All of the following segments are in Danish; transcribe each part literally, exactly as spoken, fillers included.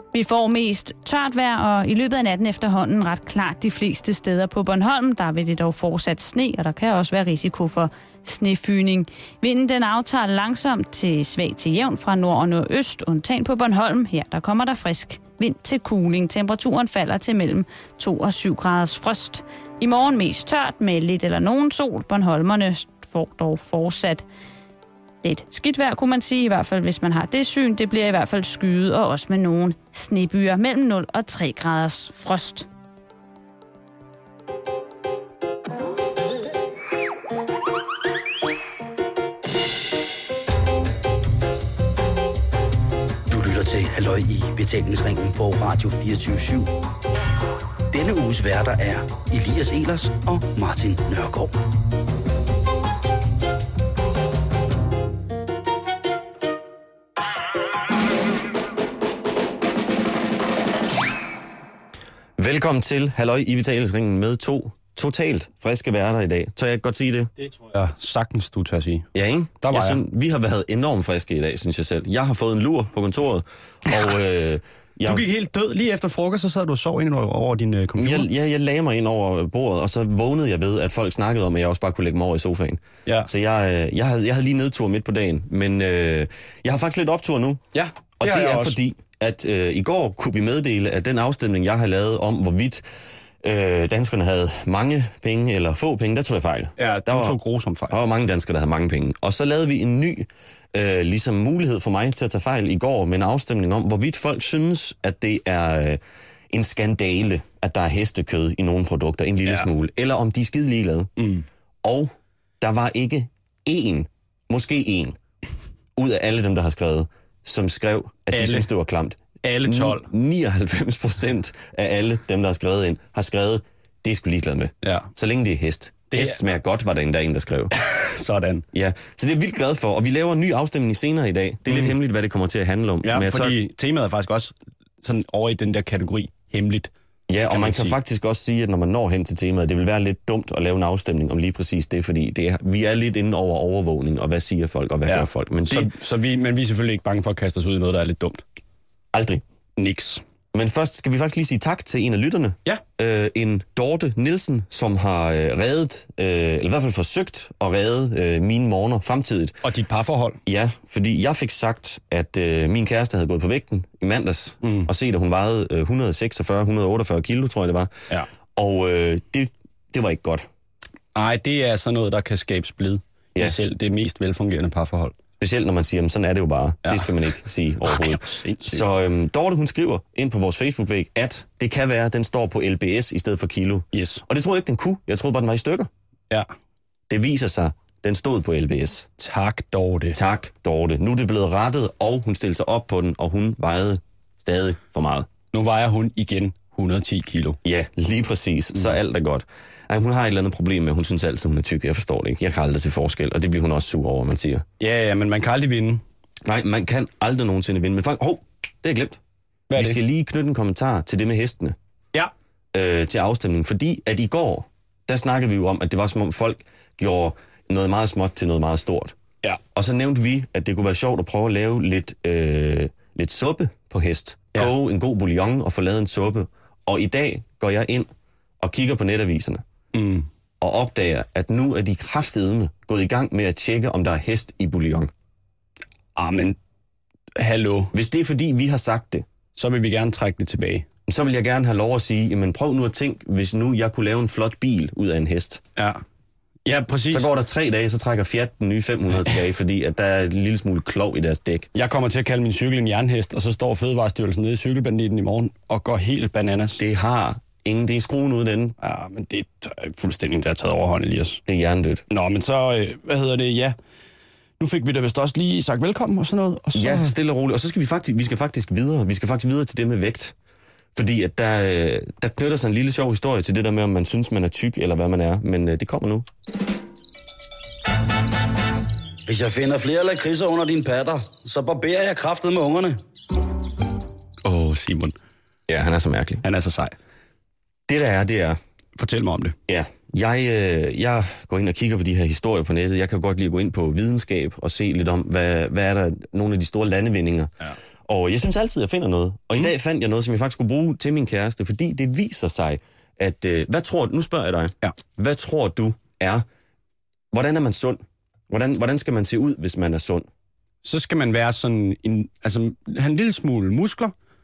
Vi får mest tørt vejr, og i løbet af natten efterhånden ret klart de fleste steder på Bornholm. Der vil det dog fortsat sne, og der kan også være risiko for snefyning. Vinden den aftager langsomt til svag til jævn fra nord og nordøst, undtagen på Bornholm. Her der kommer der frisk vind til kuling. Temperaturen falder til mellem to og syv graders frost. I morgen mest tørt med lidt eller nogen sol. Bornholmerne får dog fortsat lidt skidt vejr, kunne man sige, i hvert fald hvis man har det syn. Det bliver i hvert fald skyet, og også med nogle snebyer mellem nul og tre graders frost. Du lytter til Halløj i Betalingsringen på Radio fireogtyve syv. Denne uges værter er Elias Ehlers og Martin Nørgaard. Velkommen til Halløj i Betalingsringen med to totalt friske værter i dag. Tør jeg godt sige det? Det tror jeg sagtens, du tør sige. Ja, ikke? Der var jeg. jeg. Synes, vi har været enormt friske i dag, synes jeg selv. Jeg har fået en lur på kontoret, og... Øh, jeg, du gik helt død. Lige efter frokost, så sad du og sov ind over din uh, computer. Jeg, jeg, jeg lagde mig ind over bordet, og så vågnede jeg ved, at folk snakkede om, at jeg også bare kunne lægge mig over i sofaen. Ja. Så jeg, jeg, havde, jeg havde lige nedtur midt på dagen, men øh, jeg har faktisk lidt optur nu. Ja, det og det er også. fordi, at øh, i går kunne vi meddele, at den afstemning, jeg har lavet om, hvorvidt øh, danskerne havde mange penge eller få penge, der tog jeg fejl. Ja, der var to grusomme fejl. Der var mange danskere, der havde mange penge. Og så lavede vi en ny øh, ligesom mulighed for mig til at tage fejl i går med en afstemning om, hvorvidt folk synes, at det er øh, en skandale, at der er hestekød i nogle produkter, en lille ja. smule, eller om de er skide ligeglade. Mm. Og der var ikke én, måske én, ud af alle dem, der har skrevet, som skrev, at alle. de synes, det var klamt. Alle tolv. nioghalvfems procent af alle dem, der har skrevet ind, har skrevet, det er sgu ligeglad med. Ja. Så længe det er hest. Det hest smager er... godt, var der en, der en, der skrev. Sådan. Ja, så det er jeg vildt glad for. Og vi laver en ny afstemning senere i dag. Det er mm. lidt hemmeligt, hvad det kommer til at handle om. Ja, men fordi tør... temaet er faktisk også sådan over i den der kategori hemmeligt. Ja, og kan man, man kan sige. faktisk også sige, at når man når hen til temaet, det vil være lidt dumt at lave en afstemning om lige præcis det, fordi det er, vi er lidt inde over overvågning, og hvad siger folk, og hvad ja. gør folk. Men, så, det, så vi, men vi er selvfølgelig ikke bange for at kaste os ud i noget, der er lidt dumt. Aldrig. Niks. Men først skal vi faktisk lige sige tak til en af lytterne. Ja. Øh, en Dorte Nielsen, som har øh, reddet, øh, eller i hvert fald forsøgt at redde øh, mine morgener fremtidigt. Og dit parforhold. Ja, fordi jeg fik sagt, at øh, min kæreste havde gået på vægten i mandags, mm. og set, at hun vejede øh, et hundrede og seksogfyrre til et hundrede og otteogfyrre kilo, tror jeg det var. Ja. Og øh, det, det var ikke godt. Nej, det er sådan noget, der kan skabe splid ja. i selv det mest velfungerende parforhold. Specielt når man siger, sådan er det jo bare. Ja. Det skal man ikke sige overhovedet. Ej, så øhm, Dorte, hun skriver ind på vores Facebook-væg, at det kan være, at den står på L B S i stedet for kilo. Yes. Og det troede jeg ikke, den kunne. Jeg troede bare, den var i stykker. Ja. Det viser sig, den stod på L B S. Tak, Dorte. Tak, Dorte. Nu er det blevet rettet, og hun stillede sig op på den, og hun vejede stadig for meget. Nu vejer hun igen et hundrede og ti kilo. Ja, lige præcis. Mm. Så alt er godt. Ej, hun har et eller andet problem med, hun synes altid, hun er tyk. Jeg forstår det ikke. Jeg kan aldrig se forskel, og det bliver hun også sur over, man siger. Ja, ja, men man kan aldrig vinde. Nej, man kan aldrig nogensinde vinde. Men faktisk, hov, det er jeg glemt. Hvad er Vi det? skal lige knytte en kommentar til det med hestene. Ja. Øh, til afstemningen. Fordi at i går, der snakkede vi jo om, at det var som om folk gjorde noget meget småt til noget meget stort. Ja. Og så nævnte vi, at det kunne være sjovt at prøve at lave lidt, øh, lidt suppe på hest. Ja. Koge en god bouillon og få lavet en suppe. Og i dag går jeg ind og kigger på netaviserne. Mm. Og opdager, at nu er de kraftedeme gået i gang med at tjekke, om der er hest i bouillon. Ah, men hallo. Hvis det er fordi, vi har sagt det, så vil vi gerne trække det tilbage. Så vil jeg gerne have lov at sige, jamen prøv nu at tænke, hvis nu jeg kunne lave en flot bil ud af en hest. Ja. Ja, præcis. Så går der tre dage, så trækker Fiat den nye fem hundrede tilbage, fordi at der er en lille smule klov i deres dæk. Jeg kommer til at kalde min cykel en jernhest, og så står Fødevarestyrelsen nede i cykelbanditten i morgen og går helt bananas. Det har ingen, det er skruen ud af den. Ja, men det er fuldstændig, der er taget overhånd, Elias. Det er hjernedødt. Nå, men så, hvad hedder det, ja. Nu fik vi da vist også lige sagt velkommen og sådan noget. Og så... Ja, stille og roligt. Og så skal vi faktisk, vi skal faktisk videre. Vi skal faktisk videre til det med vægt. Fordi at der, der knytter sig en lille sjov historie til det der med, om man synes, man er tyk, eller hvad man er. Men det kommer nu. Hvis jeg finder flere lakridser under dine patter, så barberer jeg kraftet med ungerne. Åh, oh, Simon. Ja, han er så mærkelig. Han er så sej. Det der er, det er... Fortæl mig om det. Ja, jeg, øh, jeg går ind og kigger på de her historier på nettet. Jeg kan godt lide at gå ind på videnskab og se lidt om, hvad, hvad er der nogle af de store landevindinger. Ja. Og jeg synes altid, jeg finder noget. Og mm. i dag fandt jeg noget, som jeg faktisk skulle bruge til min kæreste, fordi det viser sig, at... Øh, hvad tror du... Nu spørger jeg dig. Ja. Hvad tror du er... Hvordan er man sund? Hvordan, hvordan skal man se ud, hvis man er sund? Så skal man være sådan en... Altså, have en lille smule muskler.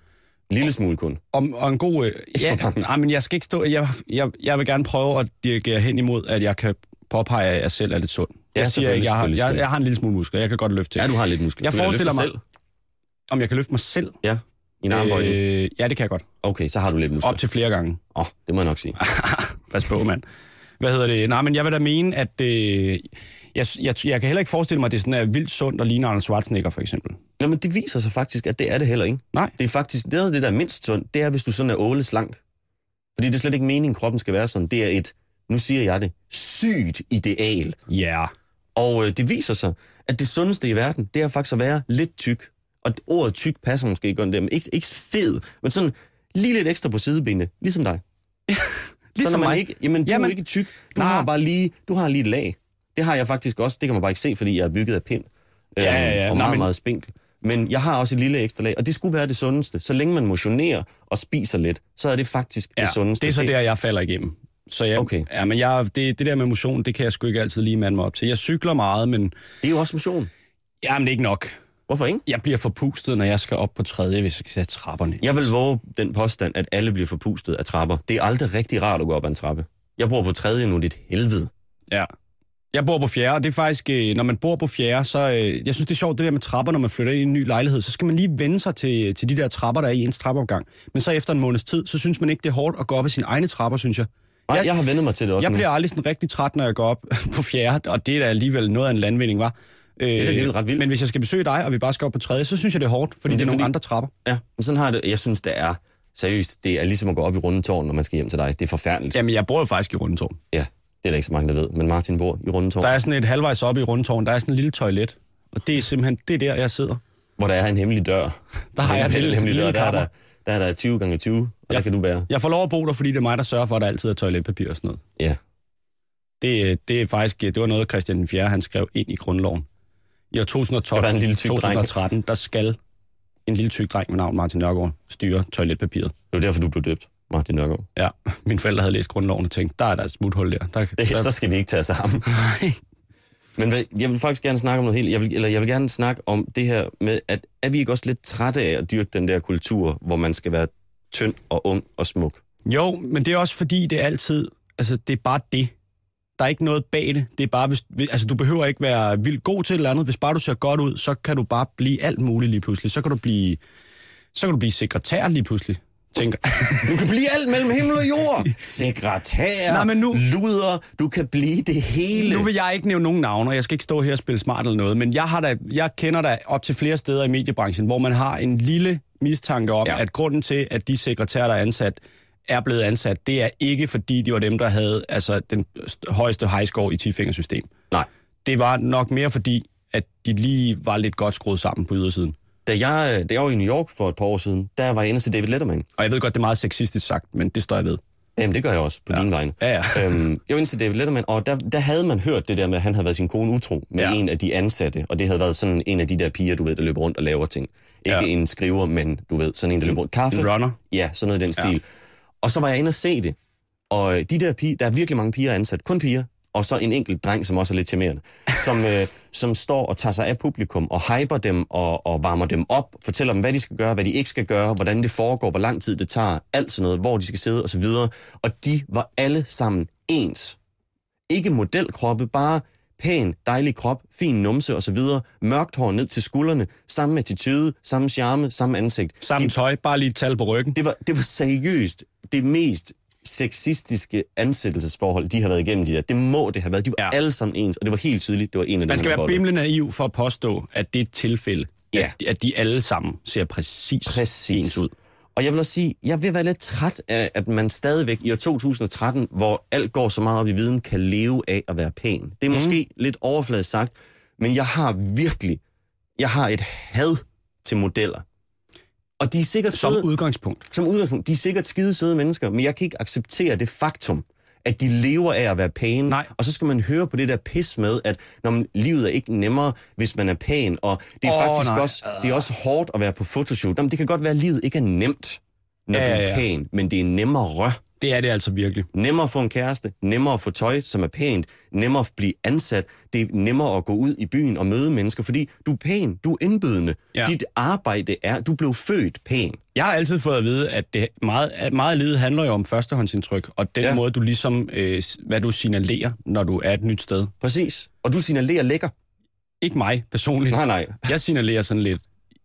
En lille smule kun. Og, og en god... Øh, ja, nej, men jeg skal ikke stå... Jeg, jeg, jeg vil gerne prøve at dirigere hen imod, at jeg kan påpege, at jeg selv er lidt sund. Jeg Ja, siger, jeg har, jeg, jeg har en lille smule muskler. Jeg kan godt løfte til. Ja, du har lidt muskler. Jeg Du kan forestiller løfte mig... selv. Om jeg kan løfte mig selv? Ja, i en armbøjning. Øh, ja, det kan jeg godt. Okay, så har du lidt muskler. Op til flere gange. Åh, oh, det må jeg nok sige. Pas på, mand. Hvad hedder det? Nej, men jeg vil da mene, at øh, jeg, jeg, jeg kan heller ikke forestille mig, at det sådan er vildt sundt og ligner Arnold Schwarzenegger, for eksempel. Nå, men det viser sig faktisk, at det er det heller ikke. Nej. Det er faktisk, det er det, der er mindst sundt, det er, hvis du sådan er åle slank. Fordi det er slet ikke meningen, kroppen skal være sådan. Det er et, nu siger jeg det, sygt ideal. Ja. Yeah. Og øh, det viser sig, at det sundeste i verden, det er faktisk at være lidt tyk. Og ordet tyk passer måske ikke der, men ikke, ikke fed, men sådan lige lidt ekstra på sidebenene, ligesom dig. Ligesom så man mig. ikke, jamen, du Jamen, er ikke tyk. Du nej. har bare lige, du har lige et lag. Det har jeg faktisk også. Det kan man bare ikke se, fordi jeg er bygget af pind. Ja, ja, ja. Og Nå, meget, men... meget spinkel. Men jeg har også et lille ekstra lag, og det skulle være det sundeste. Så længe man motionerer og spiser lidt, så er det faktisk ja, det sundeste. det er så der, jeg falder igennem. Så jeg, okay. Ja, men jeg, det, det der med motion, det kan jeg sgu ikke altid lige mande mig op til. Jeg cykler meget, men... Det er jo også motion. Jamen, det er ikke nok. Hvorfor ikke? Jeg bliver forpustet, når jeg skal op på tredje, hvis jeg skal sætte trapperne. Jeg vil våge den påstand, at alle bliver forpustet af trapper. Det er aldrig rigtig rart at gå op ad en trappe. Jeg bor på tredje nu, det er et helvede. Ja. Jeg bor på fjerde, og det er faktisk, når man bor på fjerde, så... Jeg synes, det er sjovt, det der med trapper, når man flytter ind i en ny lejlighed. Så skal man lige vende sig til, til de der trapper, der er i ens trappeopgang. Men så efter en måneds tid, så synes man ikke, det er hårdt at gå op ad sine egne trapper, synes jeg. Nej, jeg, jeg har vendt mig til det også Jeg nu. bliver aldrig sådan rigtig træt, når jeg går op på fjerde, og det er da alligevel noget af en landvinding, var. Det er da alligevel ret vildt. Men hvis jeg skal besøge dig, og vi bare skal op på tredje, så synes jeg, det er hårdt, fordi det er, det er nogle fordi... andre trapper. Ja, men sådan har det. Jeg synes, det er seriøst. Det er ligesom at gå op i Rundetårn, når man skal hjem til dig. Det er forfærdeligt. Jamen, jeg bor jo faktisk i Rundetårn. Ja, det er der ikke så mange, der ved. Men Martin bor i Rundetårn. Der er sådan et halvvejs oppe i Rundetårn, der er sådan en lille toilet. Og det er simpelthen, det er der, jeg sidder. Hvor der er en hemmelig dør. Der har jeg en lille, hemmelig lille dør. Der er kammer. der, der er der tyve gange tyve, og jeg, der kan du være. Jeg får lov at bo der, fordi det er mig, der sørger for, at der altid er toiletpapir og sådan noget. Ja. Det, det er faktisk, det var noget, Christian den fjerde, han skrev ind i grundloven. I år to tusind og tolv, der en lille tyk to tusind og tretten, der skal en lille tyk dreng med navn Martin Nørgaard styre toiletpapiret. Det var derfor, du blev døbt, Martin Nørgaard. Ja, mine forældre havde læst grundloven og tænkt, der er der et smuthul der. der, det, der... Så skal vi ikke tage sammen. Nej. Men hvad, jeg vil faktisk gerne snakke om noget helt, jeg vil, eller jeg vil gerne snakke om det her med, at er vi ikke også lidt trætte af at dyrke den der kultur, hvor man skal være tynd og ung og smuk? Jo, men det er også fordi, det er altid, altså det er bare det. Der er ikke noget bag det. Det er bare, hvis, altså du behøver ikke være vildt god til et eller andet. Hvis bare du ser godt ud, så kan du bare blive alt muligt lige pludselig. Så kan du blive, så kan du blive sekretær lige pludselig. Tænker. Du kan blive alt mellem himmel og jord. Sekretær, Nej, men nu, luder, du kan blive det hele. Nu vil jeg ikke nævne nogen navne, og jeg skal ikke stå her og spille smart eller noget, men jeg, har da, jeg kender da op til flere steder i mediebranchen, hvor man har en lille mistanke om, ja. At grunden til, at de sekretærer, der er ansat, er blevet ansat, det er ikke fordi, de var dem, der havde altså, den højeste highscore i ti-fingersystem. Nej. Det var nok mere fordi, at de lige var lidt godt skruet sammen på ydersiden. Da jeg, da jeg var i New York for et par år siden, der var jeg inde til David Letterman. Og jeg ved godt, det er meget sexistisk sagt, men det står jeg ved. Jamen, det gør jeg også på ja. din vegne. Ja, ja. øhm, jeg var inde til David Letterman, og der, der havde man hørt det der med, at han havde været sin kone utro med ja. en af de ansatte, og det havde været sådan en af de der piger, du ved, der løber rundt og laver ting. Ikke ja. en skriver, men du ved, sådan en, der løber rundt. Kaffe. En runner. Ja, sådan noget i den stil. Ja. Og så var jeg inde og se det, og de der piger, der er virkelig mange piger ansat, kun piger, og så en enkelt dreng, som også er lidt charmerende, som, øh, som står og tager sig af publikum og hyper dem og, og varmer dem op, fortæller dem, hvad de skal gøre, hvad de ikke skal gøre, hvordan det foregår, hvor lang tid det tager, alt sådan noget, hvor de skal sidde osv. Og de var alle sammen ens. Ikke modelkroppe, bare pæn, dejlig krop, fin numse osv. Mørkt hår ned til skuldrene, samme attitude, samme charme, samme ansigt. Samme tøj, bare lige et tal på ryggen. Det var, det var seriøst det mest sexistiske ansættelsesforhold, de har været igennem de der. Det må det have været. De var ja. alle sammen ens, og det var helt tydeligt, det var en af dem. Man skal være bimlende naiv for at påstå, at det er et tilfælde, ja. at, at de alle sammen ser præcis, præcis ens ud. Og jeg vil også sige, jeg vil være lidt træt af, at man stadigvæk i år to tusind og tretten, hvor alt går så meget op i viden, kan leve af at være pæn. Det er måske mm. lidt overfladisk sagt, men jeg har virkelig, jeg har et had til modeller. Og de er sikkert som søde, udgangspunkt. Som udgangspunkt. De er sikkert skide søde mennesker, men jeg kan ikke acceptere det faktum, at de lever af at være pæne. Nej. Og så skal man høre på det der pis med, at når man, livet er ikke nemmere, hvis man er pæn. Og det er oh, faktisk nej. også, det er også hårdt at være på fotoshoot. Jamen, det kan godt være, at livet ikke er nemt, når ja, du er ja, ja. pæn, men det er nemmere. Det er det altså virkelig. Nemmere at få en kæreste, nemmere at få tøj, som er pænt, nemmere at blive ansat, det er nemmere at gå ud i byen og møde mennesker, fordi du er pæn, du er indbydende. Ja. Dit arbejde er, du blev født pæn. Jeg har altid fået at vide, at det meget, at meget af livet handler jo om førstehåndsindtryk, og den ja. måde, du ligesom, øh, hvad du signalerer, når du er et nyt sted. Præcis. Og du signalerer lækker. Ikke mig, personligt. Nej, nej. Jeg signalerer sådan lidt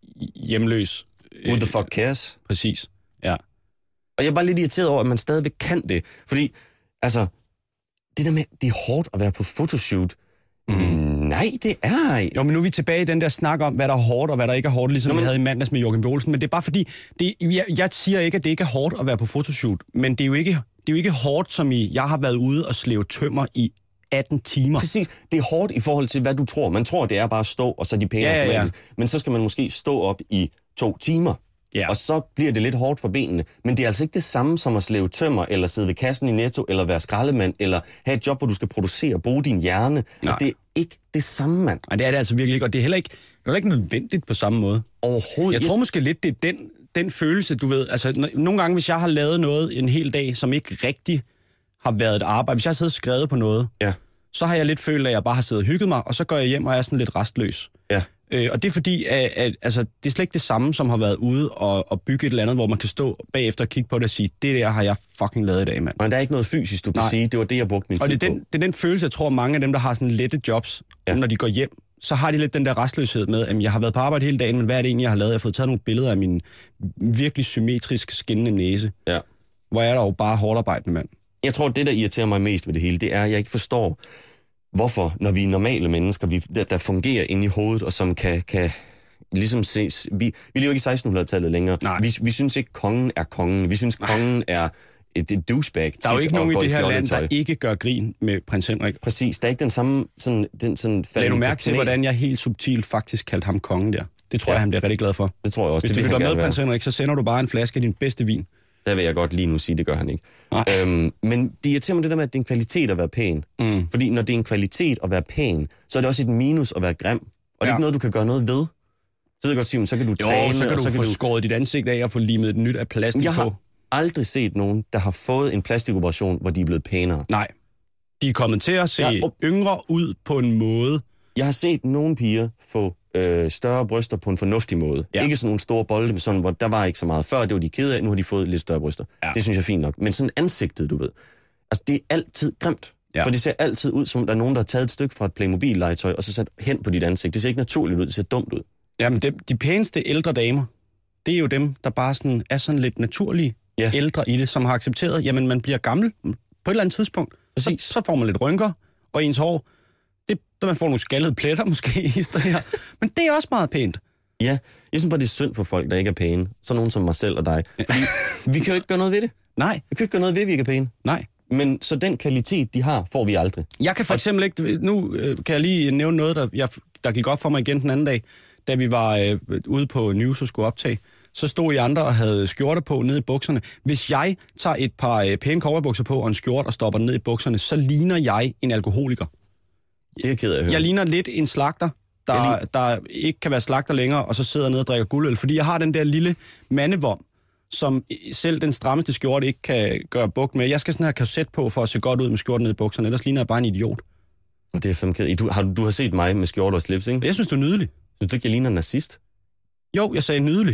hjemløs. Who the fuck cares? Præcis, ja. Og jeg er bare lidt irriteret over, at man stadigvæk kan det. Fordi, altså, det der med, det er hårdt at være på fotoshoot. Mm. Nej, det er ej. Jo, men nu er vi tilbage i den der snak om, hvad der er hårdt og hvad der ikke er hårdt, ligesom Nå, men... vi havde i mandags med Joachim B. Olsen. Men det er bare fordi, det, jeg, jeg siger ikke, at det ikke er hårdt at være på fotoshoot. Men det er jo ikke, det er jo ikke hårdt, som i, jeg har været ude og slæve tømmer i atten timer. Præcis. Det er hårdt i forhold til, hvad du tror. Man tror, det er bare at stå, og så er de pæne ja, automatisk. Ja. Men så skal man måske stå op i to timer. Ja. Og så bliver det lidt hårdt for benene. Men det er altså ikke det samme som at slæve tømmer, eller sidde ved kassen i Netto, eller være skraldemand, eller have et job, hvor du skal producere og bruge din hjerne. Altså, det er ikke det samme, mand. Nej, det er det altså virkelig ikke. Og det er heller ikke, det er heller ikke nødvendigt på samme måde. Overhovedet. Jeg tror måske lidt, det er den, den følelse, du ved. Altså, nogle gange, hvis jeg har lavet noget en hel dag, som ikke rigtig har været et arbejde. Hvis jeg har siddet og skrevet på noget, ja. så har jeg lidt følt, at jeg bare har siddet og hygget mig, og så går jeg hjem og er sådan lidt restløs. Ja. Øh, og det er fordi, at, at altså, det er slet ikke det samme, som har været ude og, og bygge et eller andet, hvor man kan stå bagefter og kigge på det og sige, det der har jeg fucking lavet i dag, mand. Men der er ikke noget fysisk, du kan Nej. sige, det var det, jeg brugte min og tid det er, den, det er den følelse, jeg tror, mange af dem, der har sådan lette jobs, ja. når de går hjem, så har de lidt den der restløshed med, at jeg har været på arbejde hele dagen, men hvad er det egentlig, jeg har lavet? Jeg har fået taget nogle billeder af min virkelig symmetrisk skinnende næse. Ja. Hvor er der jo bare hårdt arbejdende, mand. Jeg tror, det, der irriterer mig mest ved det hele, det er, at jeg ikke forstår, hvorfor, når vi er normale mennesker, vi, der, der fungerer inde i hovedet, og som kan, kan ligesom ses... Vi, vi lever ikke i sekstenhundredetallet længere. Vi, vi synes ikke, kongen er kongen. Vi synes, kongen er et, et douchebag. Der er jo ikke nogen i det her land, der ikke gør grin med prins Henrik. Præcis. Der er ikke den samme... Sådan, den, sådan Lad du mærke til, hvordan jeg helt subtilt faktisk kaldte ham kongen der. Det tror ja. jeg, han bliver rigtig glad for. Det tror jeg også. Hvis det du lytter med, prins Henrik, så sender du bare en flaske af din bedste vin. Der vil jeg godt lige nu sige, det gør han ikke. Øhm, men det irriterer mig det der med, at det er en kvalitet at være pæn. Mm. Fordi når det er en kvalitet at være pæn, så er det også et minus at være grim. Og ja. det er ikke noget, du kan gøre noget ved. Så vil jeg godt sige, så kan du træne... Jo, så kan du så få du... skåret dit ansigt af og få limet et nyt af plastik jeg på. Jeg har aldrig set nogen, der har fået en plastikoperation, hvor de er blevet pænere. Nej. De er kommet til at se ja, og... yngre ud på en måde. Jeg har set nogle piger få øh, større bryster på en fornuftig måde. Ja. Ikke sådan nogle store bolde, sådan, hvor der var ikke så meget før, det var de kede af, nu har de fået lidt større bryster. Ja. Det synes jeg er fint nok. Men sådan ansigtet, du ved, altså det er altid grimt. Ja. For det ser altid ud, som der er nogen, der har taget et stykke fra et Playmobil-legetøj, og så sat hen på dit ansigt. Det ser ikke naturligt ud, det ser dumt ud. Jamen, det, de pæneste ældre damer, det er jo dem, der bare sådan, er sådan lidt naturlige ja. ældre i det, som har accepteret, jamen man bliver gammel på et eller andet tidspunkt. Så, så får man lidt rynker, og ens hår, det, man får nogle skaldede pletter måske i stedet her. Men det er også meget pænt. Ja, jeg synes bare, det er synd for folk, der ikke er pæne. Så nogen som mig selv og dig. Fordi vi kan jo ikke gøre noget ved det. Nej. Vi kan jo ikke gøre noget ved, at vi ikke er pæne. Nej. Men så den kvalitet, de har, får vi aldrig. Jeg kan for eksempel ikke... Nu øh, kan jeg lige nævne noget, der, jeg, der gik op for mig igen den anden dag, da vi var øh, ude på News og skulle optage. Så stod I andre og havde skjorte på nede i bukserne. Hvis jeg tager et par øh, pæne cowboybukser på og en skjort og stopper ned i bukserne, så ligner jeg en alkoholiker. Det er jeg ked af at høre. Jeg ligner lidt en slagter, der, lig... der ikke kan være slagter længere, og så sidder ned og drikker guldøl. Fordi jeg har den der lille mandevom, som selv den strammeste skjorte ikke kan gøre bugt med. Jeg skal sådan have korset på for at se godt ud med skjorten ned i bukserne, ellers ligner jeg bare en idiot. Det er fandme ked. Du har, du har set mig med skjorte og slips, ikke? Jeg synes, du er nydelig. Synes du ikke, jeg ligner en nazist? Jo, jeg sagde nydelig.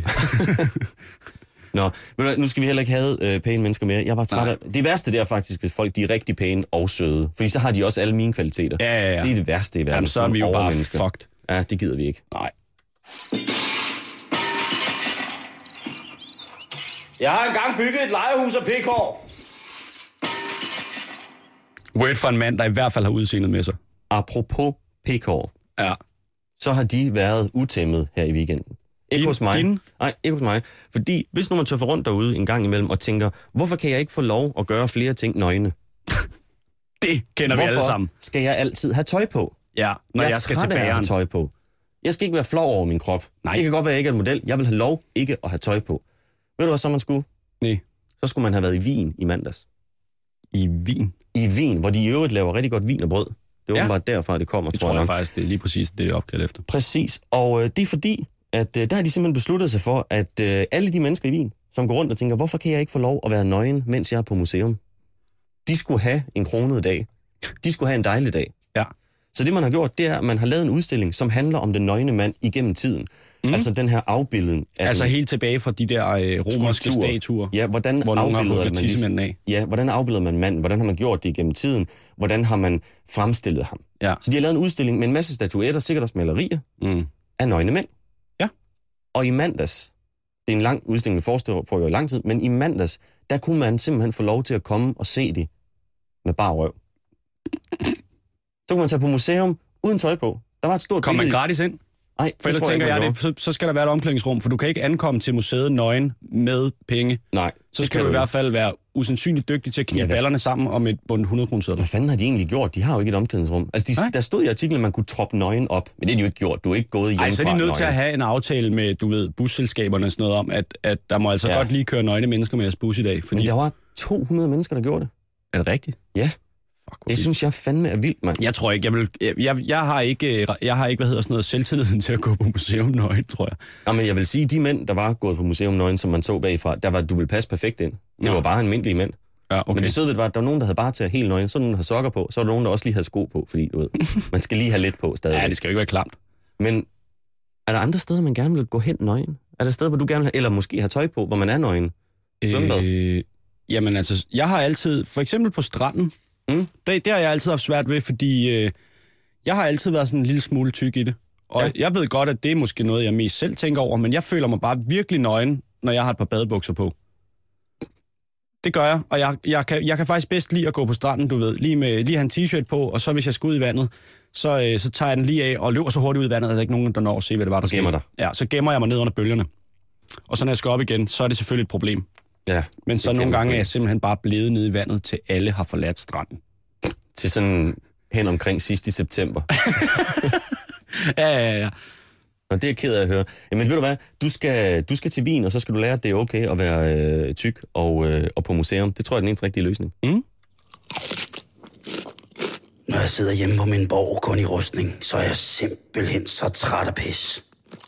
Nå, men nu skal vi heller ikke have øh, pæne mennesker mere. Jeg er bare træt af... Det værste det er faktisk, hvis folk de er rigtig pæne og søde. Fordi så har de også alle mine kvaliteter. Ja, ja, ja. Det er det værste i verden. Jamen, så er vi jo bare fucked. Ja, det gider vi ikke. Nej. Jeg har engang bygget et lejehus af pækhår. Word for en mand, der i hvert fald har udseendet med sig. Apropos pækhår. Ja. Så har de været utæmmet her i weekenden. Ikke din, hos mig. Din? Nej, ikke hos mig. Fordi hvis nu man tøffer rundt derude en gang imellem og tænker, hvorfor kan jeg ikke få lov at gøre flere ting nøgne? Det kender hvorfor vi alle sammen. Skal jeg altid have tøj på? Ja, når jeg, jeg skal til bageren. Have tøj på. Jeg skal ikke være flov over min krop. Nej. Det kan godt være, at jeg ikke er et model. Jeg vil have lov ikke at have tøj på. Ved du hvad så man skulle? Nej. Så skulle man have været i Wien i mandags. I Wien? I Wien, hvor de i øvrigt laver rigtig godt vin og brød. Det er ja. åbenbart derfra, det kommer, det tror jeg. Det tror jeg faktisk, det er lige præcis det, det er opkaldt efter. Præcis, og øh, det er fordi, at øh, der har de simpelthen besluttet sig for, at øh, alle de mennesker i Wien, som går rundt og tænker, hvorfor kan jeg ikke få lov at være nøgen, mens jeg er på museum? De skulle have en kronet dag. De skulle have en dejlig dag. Ja. Så det, man har gjort, det er, at man har lavet en udstilling, som handler om den nøgne mand igennem tiden. Mm. Altså den her afbildning af Altså den, helt tilbage fra de der øh, romerske skulpturer. statuer. Ja, hvordan hvor afbilleder man ligesom, af. Ja, hvordan afbilleder man manden? Hvordan har man gjort det igennem tiden? Hvordan har man fremstillet ham? Ja. Så de har lavet en udstilling med en masse statuetter, sikkert også malerier, mm. af nøgne mænd. Ja. Og i mandags, det er en lang udstilling, vi forestiller for jo lang tid, men i mandags, der kunne man simpelthen få lov til at komme og se det med bare røv. Så kunne man tage på museum uden tøj på. Der var et stort Kom man billede. gratis ind? Nej, for ellers tænker jeg, jeg det, så, så skal der være et omklædningsrum, for du kan ikke ankomme til museet nøgen med penge. Nej. Så skal du i hvert fald være usandsynligt dygtig til at knibe ja, ballerne sammen om et bundt hundrede kroner sedler. Hvad fanden har de egentlig gjort? De har jo ikke et omklædningsrum. Altså, de, der stod i artiklen, at man kunne troppe nøgen op, men det har de jo ikke gjort. Du er ikke gået hjemmefra. Ej, så er de nødt nøgen. til at have en aftale med, du ved, busselskaberne og sådan noget om, at, at der må altså ja. godt lige køre nøgne mennesker med jeres bus i dag. Fordi... Men der var to hundrede mennesker, der gjorde det. Er det rigtigt? Ja. Fuck, det synes jeg fandme er vildt, mand. Jeg tror ikke, jeg vil... Jeg, jeg, har ikke, jeg har ikke, hvad hedder sådan noget, selvtilliden til at gå på museum nøgen, tror jeg. Ja, men jeg vil sige, de mænd, der var gået på museum nøgen, som man så bagfra, der var, du ville passe perfekt ind. Det ja. var bare almindelige mænd. Ja, okay. Men det søde ved, var, at der var nogen, der havde bare taget helt nøgen, så nogen, der havde sokker på, så var der nogen, der også lige havde sko på, fordi du ved, man skal lige have lidt på stadig. Ja, det skal jo ikke være klamt. Men er der andre steder, man gerne vil gå hen nøgen? Er der steder, hvor du gerne vil, eller måske have tøj på, hvor man er nøgen? Øh, jamen altså, jeg har altid, for eksempel på stranden, mm. det, det har jeg altid haft svært ved, fordi øh, jeg har altid været sådan en lille smule tyk i det. Og ja. jeg ved godt, at det er måske noget, jeg mest selv tænker over, men jeg føler mig bare virkelig nøgen, når jeg har et par badebukser på. Det gør jeg, og jeg, jeg, kan, jeg kan faktisk bedst lide at gå på stranden, du ved, lige, med, lige have en t-shirt på, og så hvis jeg skal ud i vandet, så, øh, så tager jeg den lige af og løber så hurtigt ud i vandet, at der ikke nogen, der når at se, hvad det var, der gemmer dig. Ja, så gemmer jeg mig ned under bølgerne. Og så når jeg skal op igen, så er det selvfølgelig et problem. Ja, men så nogle gange er jeg simpelthen bare blevet nede i vandet, til alle har forladt stranden. Til sådan hen omkring sidst i september. ja, ja, ja. Og det er jeg ked af at høre. Jamen ved du hvad, du skal, du skal til Wien, og så skal du lære, at det er okay at være øh, tyk og, øh, og på museum. Det tror jeg er den eneste rigtige løsning. Mm. Når jeg sidder hjemme på min borg kun i rustning, så er jeg simpelthen så træt af pis.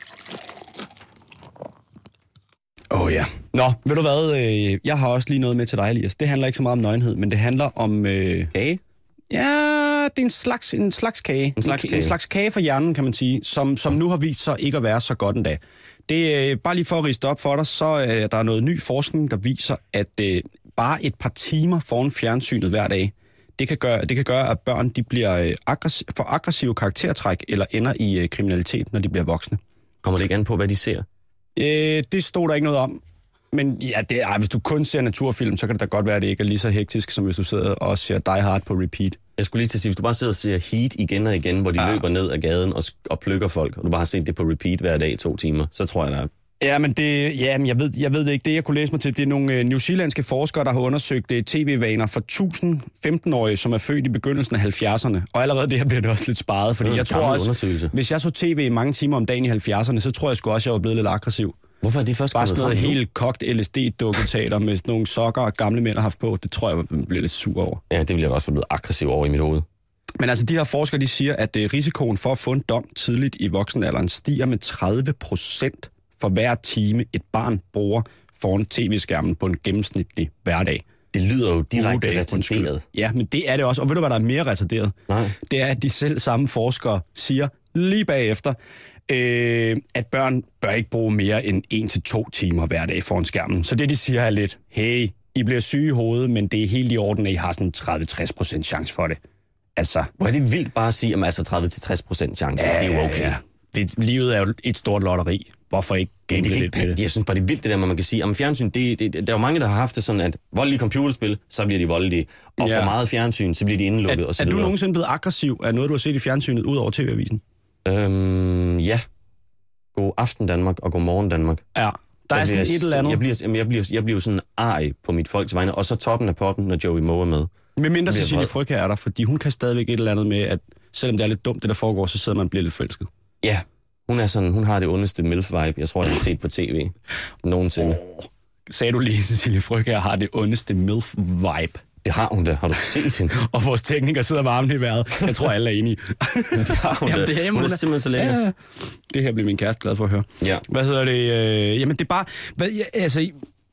Åh oh, ja. Nå, ved du hvad, øh, jeg har også lige noget med til dig, Elias. Det handler ikke så meget om nøgenhed, men det handler om... Øh... Kage? Ja, det er en slags, en slags kage. En slags kage. En slags kage for hjernen, kan man sige, som, som nu har vist sig ikke at være så godt endda. Det er bare lige for at riste op for dig, så er der noget ny forskning, der viser, at øh, bare et par timer foran fjernsynet hver dag, det kan gøre, det kan gøre at børn de bliver øh, aggressiv, for aggressive karaktertræk eller ender i øh, kriminalitet, når de bliver voksne. Kommer det ikke an på, hvad de ser? Øh, det stod der ikke noget om. Men ja, det er, hvis du kun ser naturfilm, så kan det da godt være, at det ikke er lige så hektisk, som hvis du sidder og ser Die Hard på repeat. Jeg skulle lige til at sige, hvis du bare sidder og ser Heat igen og igen, hvor de ja. løber ned ad gaden og, og plukker folk, og du bare har set det på repeat hver dag i to timer, så tror jeg, der er... Ja, men det, ja, men jeg ved, jeg ved det ikke. Det, jeg kunne læse mig til, det er nogle uh, newzealandske forskere, der har undersøgt uh, tv-vaner for tusind femten-årige, som er født i begyndelsen af halvfjerdserne. Og allerede det her bliver det også lidt sparet, fordi jeg tror også, hvis jeg så tv i mange timer om dagen i halvfjerdserne, så tror jeg sgu også, jeg var blevet lidt aggressiv. Hvorfor er det først bare sådan noget helt kogt L S D-dukketeater med sådan nogle sokker og gamle mænd har haft på, det tror jeg, man bliver lidt sur over. Ja, det ville jeg også være blevet aggressiv over i mit hoved. Men altså, de her forskere, de siger, at uh, risikoen for at få en dom tidligt i voksenalderen stiger med tredive procent for hver time et barn bruger foran tv-skærmen på en gennemsnitlig hverdag. Det lyder jo direkte retarderet. Ja, men det er det også. Og ved du, hvad der er mere retarderet? Nej. Det er, at de selv samme forskere siger lige bagefter, øh, at børn bør ikke bruge mere end en til to timer hver dag foran skærmen. Så det, de siger, er lidt, hey, I bliver syge i hovedet, men det er helt i orden, at I har sådan tredive til tres procent chance for det. Altså, hvor er det vildt bare at sige, at altså tredive til tres procent chance, ja, det er jo okay. Ja. Det, livet er jo et stort lotteri. Hvorfor ikke gamble lidt med det? Jeg synes bare, det er vildt det der, man kan sige, at fjernsyn, det, det, der er jo mange, der har haft det sådan, at voldelige computerspil, så bliver de voldelige. Og ja. for meget fjernsyn, så bliver de indelukket. Er, og så er videre. du nogensinde blevet aggressiv af noget, du har set i fjernsynet, ud over tv-avisen? Øhm, ja. God aften Danmark og god morgen Danmark. Ja, der er sådan et eller andet. Jeg bliver, jamen, jeg bliver, jeg bliver sådan arg på mit folks vegne, og så toppen af poppen, når Joey Moe er med. Med mindre Cecilie Frøkjær er der, fordi hun kan stadigvæk et eller andet med, at selvom det er lidt dumt, det der foregår, så sidder man og bliver lidt forelsket. Ja, hun er sådan, hun har det ondeste milf-vibe, jeg tror, jeg har set på tv nogensinde. Oh. Sagde du lige, Cecilie Frøkjær har det ondeste milf-vibe? Det har hun da. Har du set hende? Og vores tekniker sidder med armen i vejret. Jeg tror, alle er enige. Det har hun Jamen, da. det er, Hun er simpelthen så lækker. Ja, ja. Det her bliver min kæreste glad for at høre. Ja. Hvad hedder det? Øh, jamen, det er bare... Hvad, ja, altså...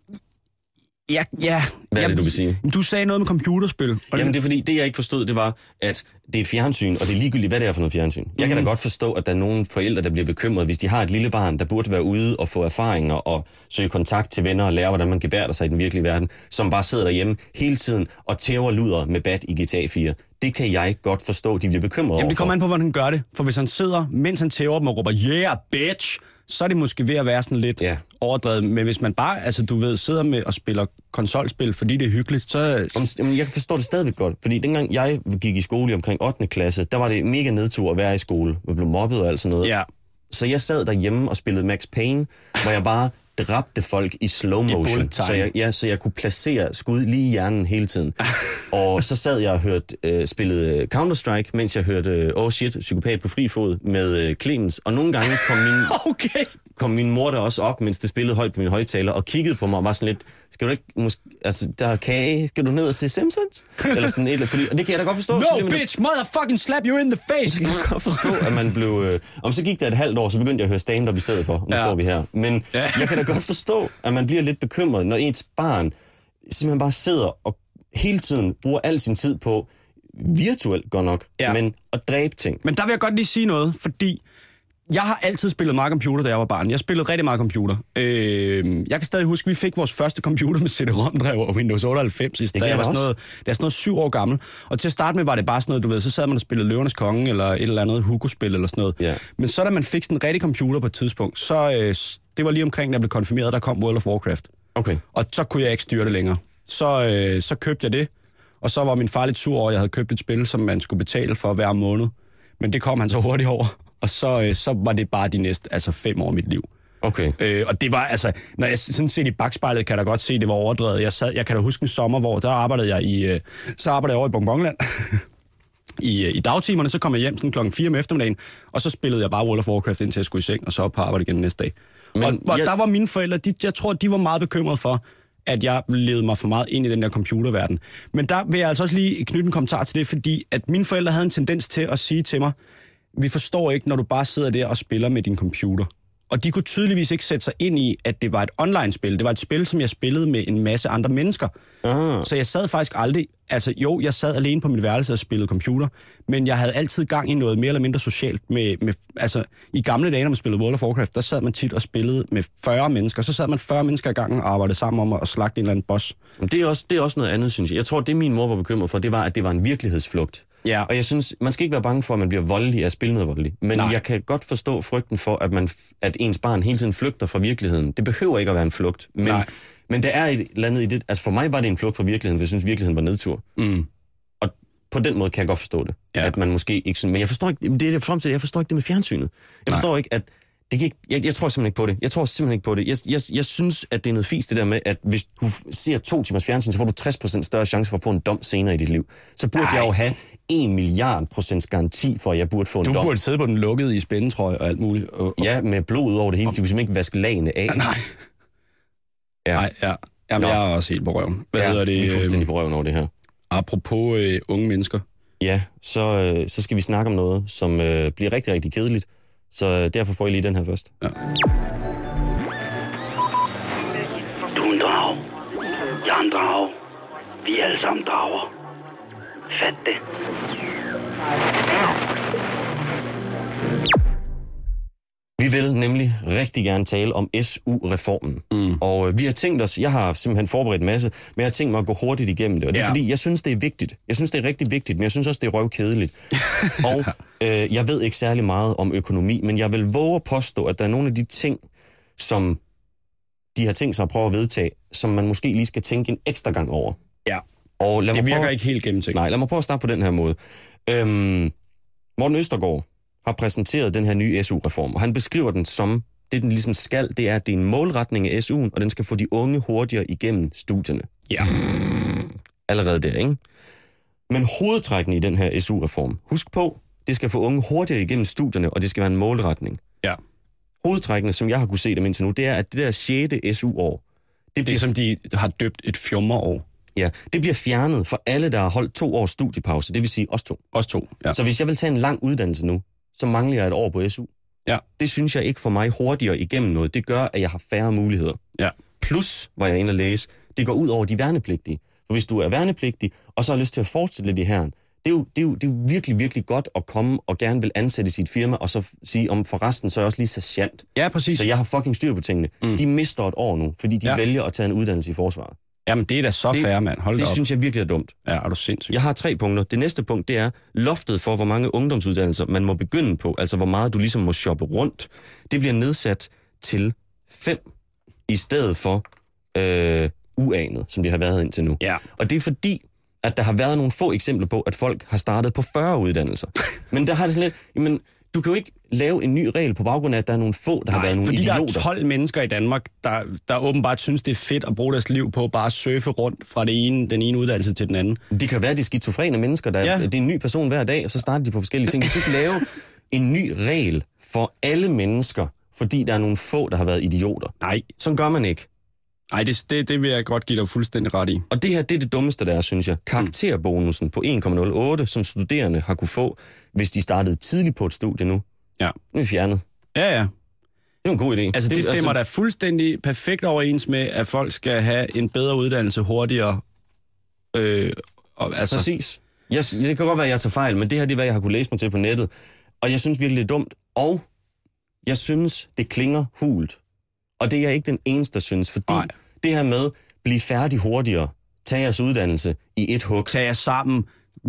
Ja, ja. Hvad er jeg, det, du vil sige? Du sagde noget med computerspil. Og Jamen det er fordi, det jeg ikke forstod, det var, at det er fjernsyn, og det er ligegyldigt, hvad det er for noget fjernsyn. Jeg mm. kan da godt forstå, at der er nogle forældre, der bliver bekymrede, hvis de har et lille barn, der burde være ude og få erfaringer og søge kontakt til venner og lære, hvordan man gebærder sig i den virkelige verden, som bare sidder derhjemme hele tiden og tæver luder med bat i G T A fire. Det kan jeg godt forstå, de bliver bekymrede Jamen det kommer overfor. an på, hvordan han gør det. For hvis han sidder, mens han tæver dem og råber, yeah, bitch, så er det måske ved at være sådan lidt Ja. overdrevet. Men hvis man bare, altså du ved, sidder med og spiller konsolspil, fordi det er hyggeligt, så... Jamen, jeg kan forstå det stadigvæk godt, fordi dengang jeg gik i skole i omkring ottende klasse, der var det mega nedtur at være i skole. Jeg blev mobbet og alt sådan noget. Ja. Så jeg sad derhjemme og spillede Max Payne, hvor jeg bare dræbte folk i slow motion, bullet time. så jeg, ja, så jeg kunne placere skud lige i hjernen hele tiden. Og så sad jeg og hørte, øh, spillede Counter-Strike, mens jeg hørte øh, Oh Shit, Psykopat på fri fod med øh, Clemens. Og nogle gange kom min, Okay. kom min mor der også op, mens det spillede højt på min højtaler, og kiggede på mig og var sådan lidt, skal du ikke, måske, altså der er kage, skal du ned og se Simpsons? Eller sådan et eller fordi, og det kan jeg da godt forstå. No, så det, bitch, motherfucking slap you in the face. Jeg kan godt forstå, at man blev... Øh, om så gik der et halvt år, så begyndte jeg at høre stand-up i stedet for. Nu Ja. står vi her. Men Ja. jeg kan da godt forstå, at man bliver lidt bekymret, når ens barn simpelthen bare sidder og hele tiden bruger al sin tid på, virtuelt godt nok, Ja. men at dræbe ting. Men der vil jeg godt lige sige noget, fordi jeg har altid spillet meget computer, da jeg var barn. Jeg spillede rigtig meget computer. Øh, jeg kan stadig huske, at vi fik vores første computer med C D-ROM-drev og Windows otteoghalvfems. Det kan jeg jeg var sådan også. noget, det er sådan noget syv år gammel. Og til at starte med var det bare sådan noget, du ved, så sad man og spillede Løvernes Konge eller et eller andet Hugo-spil eller sådan noget. Ja. Men så da man fik sådan en rigtig computer på et tidspunkt, så øh, det var lige omkring, da jeg blev konfirmeret, der kom World of Warcraft. Okay. Og så kunne jeg ikke styre det længere. Så, øh, så købte jeg det, og så var min far lidt sur over, at jeg havde købt et spil, som man skulle betale for hver måned. Men det kom han så hurtigt over, og så, øh, så var det bare de næste altså fem år af mit liv. Okay. Øh, og det var altså, når jeg sådan set i bagspejlet, kan jeg da godt se, at det var overdrevet. Jeg, sad, jeg kan da huske en sommer, hvor der arbejdede jeg i, øh, så arbejdede jeg over i Bonbonland. I, øh, I dagtimerne, så kom jeg hjem sådan klokken fire om eftermiddagen, og så spillede jeg bare World of Warcraft, indtil jeg skulle i seng, og så op på arbejde igen næste dag. Men og, og jeg- der var mine forældre, de, jeg tror, de var meget bekymrede for, at jeg levede mig for meget ind i den der computerverden. Men der vil jeg altså også lige knytte en kommentar til det, fordi at mine forældre havde en tendens til at sige til mig, vi forstår ikke, når du bare sidder der og spiller med din computer. Og de kunne tydeligvis ikke sætte sig ind i, at det var et online-spil. Det var et spil, som jeg spillede med en masse andre mennesker. Ah. Så jeg sad faktisk aldrig... Altså jo, jeg sad alene på mit værelse og spillede computer, men jeg havde altid gang i noget mere eller mindre socialt. Med, med, altså, i gamle dage, når man spillede World of Warcraft, der sad man tit og spillede med fyrre mennesker. Så sad man fyrre mennesker i gangen og arbejdede sammen om at slagte en eller anden boss. Men det er, også, det er også noget andet, synes jeg. Jeg tror, det min mor var bekymret for, det var, at det var en virkelighedsflugt. Ja. Og jeg synes, man skal ikke være bange for, at man bliver voldelig af at spille noget voldelig. Men Nej. jeg kan godt forstå frygten for, at, man, at ens barn hele tiden flygter fra virkeligheden. Det behøver ikke at være en flugt. Men, Nej. men der er et eller andet i det. Altså for mig var det en flugt fra virkeligheden, for jeg synes, virkeligheden var nedtur. Mm. Og på den måde kan jeg godt forstå det. Ja. At man måske ikke sådan... Men jeg forstår ikke, det er det frem til, jeg forstår ikke det med fjernsynet. Jeg Nej. forstår ikke, at... Det kan ikke, jeg, jeg tror simpelthen ikke på det. Jeg tror simpelthen ikke på det. Jeg, jeg, jeg synes, at det er noget fisk, det der med, at hvis du ser to timers fjernsyn, så får du tres procent større chance for at få en dom senere i dit liv. Så burde Nej. jeg jo have en milliard procents garanti for, at jeg burde få en Du dom. burde sidde på den lukkede i spændetrøje og alt muligt. Og, og, Ja, med blod ud over det hele. Du kan simpelthen ikke vaske lagene af. Nej. Ja. Nej, ja. Jamen, Nå. jeg er også helt på røven. Hvad ja, hedder det? vi er fuldstændig Øh, på røven over det her. apropos øh, unge mennesker. Ja, så, øh, så skal vi snakke om noget, som øh, bliver rigtig, rigtig kedeligt. Så øh, derfor får I lige den her først. Ja. Du er en drag. Jeg er en drag. Vi er alle sammen drager. Fat det. Vi vil nemlig rigtig gerne tale om S U-reformen. Mm. Og øh, vi har tænkt os, jeg har simpelthen forberedt en masse, men jeg har tænkt mig at gå hurtigt igennem det. Og det er Ja. fordi, jeg synes, det er vigtigt. Jeg synes, det er rigtig vigtigt, men jeg synes også, det er røvkedeligt. Og øh, jeg ved ikke særlig meget om økonomi, men jeg vil våge at påstå, at der er nogle af de ting, som de har tænkt sig at prøve at vedtage, som man måske lige skal tænke en ekstra gang over. Ja. Og lad Det mig virker prøve... ikke helt gennemtænkt. Nej, lad mig prøve at starte på den her måde. Øhm, Morten Østergaard har præsenteret den her nye S U-reform, og han beskriver den som, det den ligesom skal, det er, at det er en målretning af S U'en, og den skal få de unge hurtigere igennem studierne. Ja. Allerede der, ikke? Men hovedtrækken i den her S U-reform, husk på, det skal få unge hurtigere igennem studierne, og det skal være en målretning. Ja. Hovedtrækkene, som jeg har kunne se dem indtil nu, det er, at det der sjette S U-år, det, Det er bliver som de har døbt et fjummerår. Ja, det bliver fjernet for alle, der har holdt to års studiepause. Det vil sige os to. Os to, ja. Så hvis jeg vil tage en lang uddannelse nu, så mangler jeg et år på S U. Ja. Det synes jeg ikke får mig hurtigere igennem noget. Det gør, at jeg har færre muligheder. Ja. Plus, var jeg inde og læse, det går ud over de værnepligtige. For hvis du er værnepligtig, og så har lyst til at fortsætte lidt i herren, det er, jo, det, er jo, det er jo virkelig, virkelig godt at komme og gerne vil ansætte sit firma, og så sige, om forresten, så er jeg også lige sergeant. Ja, præcis. Så jeg har fucking styr på tingene. Mm. De mister et år nu, fordi de ja. vælger at tage en uddannelse i forsvaret. Jamen, det er da så fair, mand. Hold da Det op. synes jeg virkelig er dumt. Ja, er du sindssygt. Jeg har tre punkter. Det næste punkt, det er loftet for, hvor mange ungdomsuddannelser man må begynde på. Altså, hvor meget du ligesom må shoppe rundt. Det bliver nedsat til fem, i stedet for øh, uanet, som det har været indtil nu. Ja. Og det er fordi, at der har været nogle få eksempler på, at folk har startet på fyrre uddannelser. Men der har det sådan lidt, jamen, du kan jo ikke lave en ny regel på baggrund af, at der er nogle få, der Nej, har været nogle fordi idioter. der er tolv mennesker i Danmark, der, der åbenbart synes, det er fedt at bruge deres liv på bare at surfe rundt fra det ene, den ene uddannelse til den anden. Det kan være, at de er skizofrene mennesker, der Ja. det er en ny person hver dag, og så starter de på forskellige ting. Du kan ikke lave en ny regel for alle mennesker, fordi der er nogle få, der har været idioter. Nej. Sådan gør man ikke. Nej, det, det, det vil jeg godt give dig fuldstændig ret i. Og det her, det er det dummeste, der er, synes jeg. Karakterbonusen på en komma nul otte, som studerende har kunne få, hvis de startede tidligt på et studie nu. Ja. Nu er vi fjernet. Ja, ja. Det er en god idé. Altså, det, det stemmer altså... da fuldstændig perfekt overens med, at folk skal have en bedre uddannelse hurtigere. Øh, og, altså... Præcis. Jeg, det kan godt være, at jeg tager fejl, men det her, det er, hvad jeg har kunne læse mig til på nettet. Og jeg synes virkelig, det er dumt. Og jeg synes, det klinger hult. Og det er jeg ikke den eneste, der synes, fordi Ej. det her med, blive færdig hurtigere, tage jeres uddannelse i et hug. Tag jer sammen,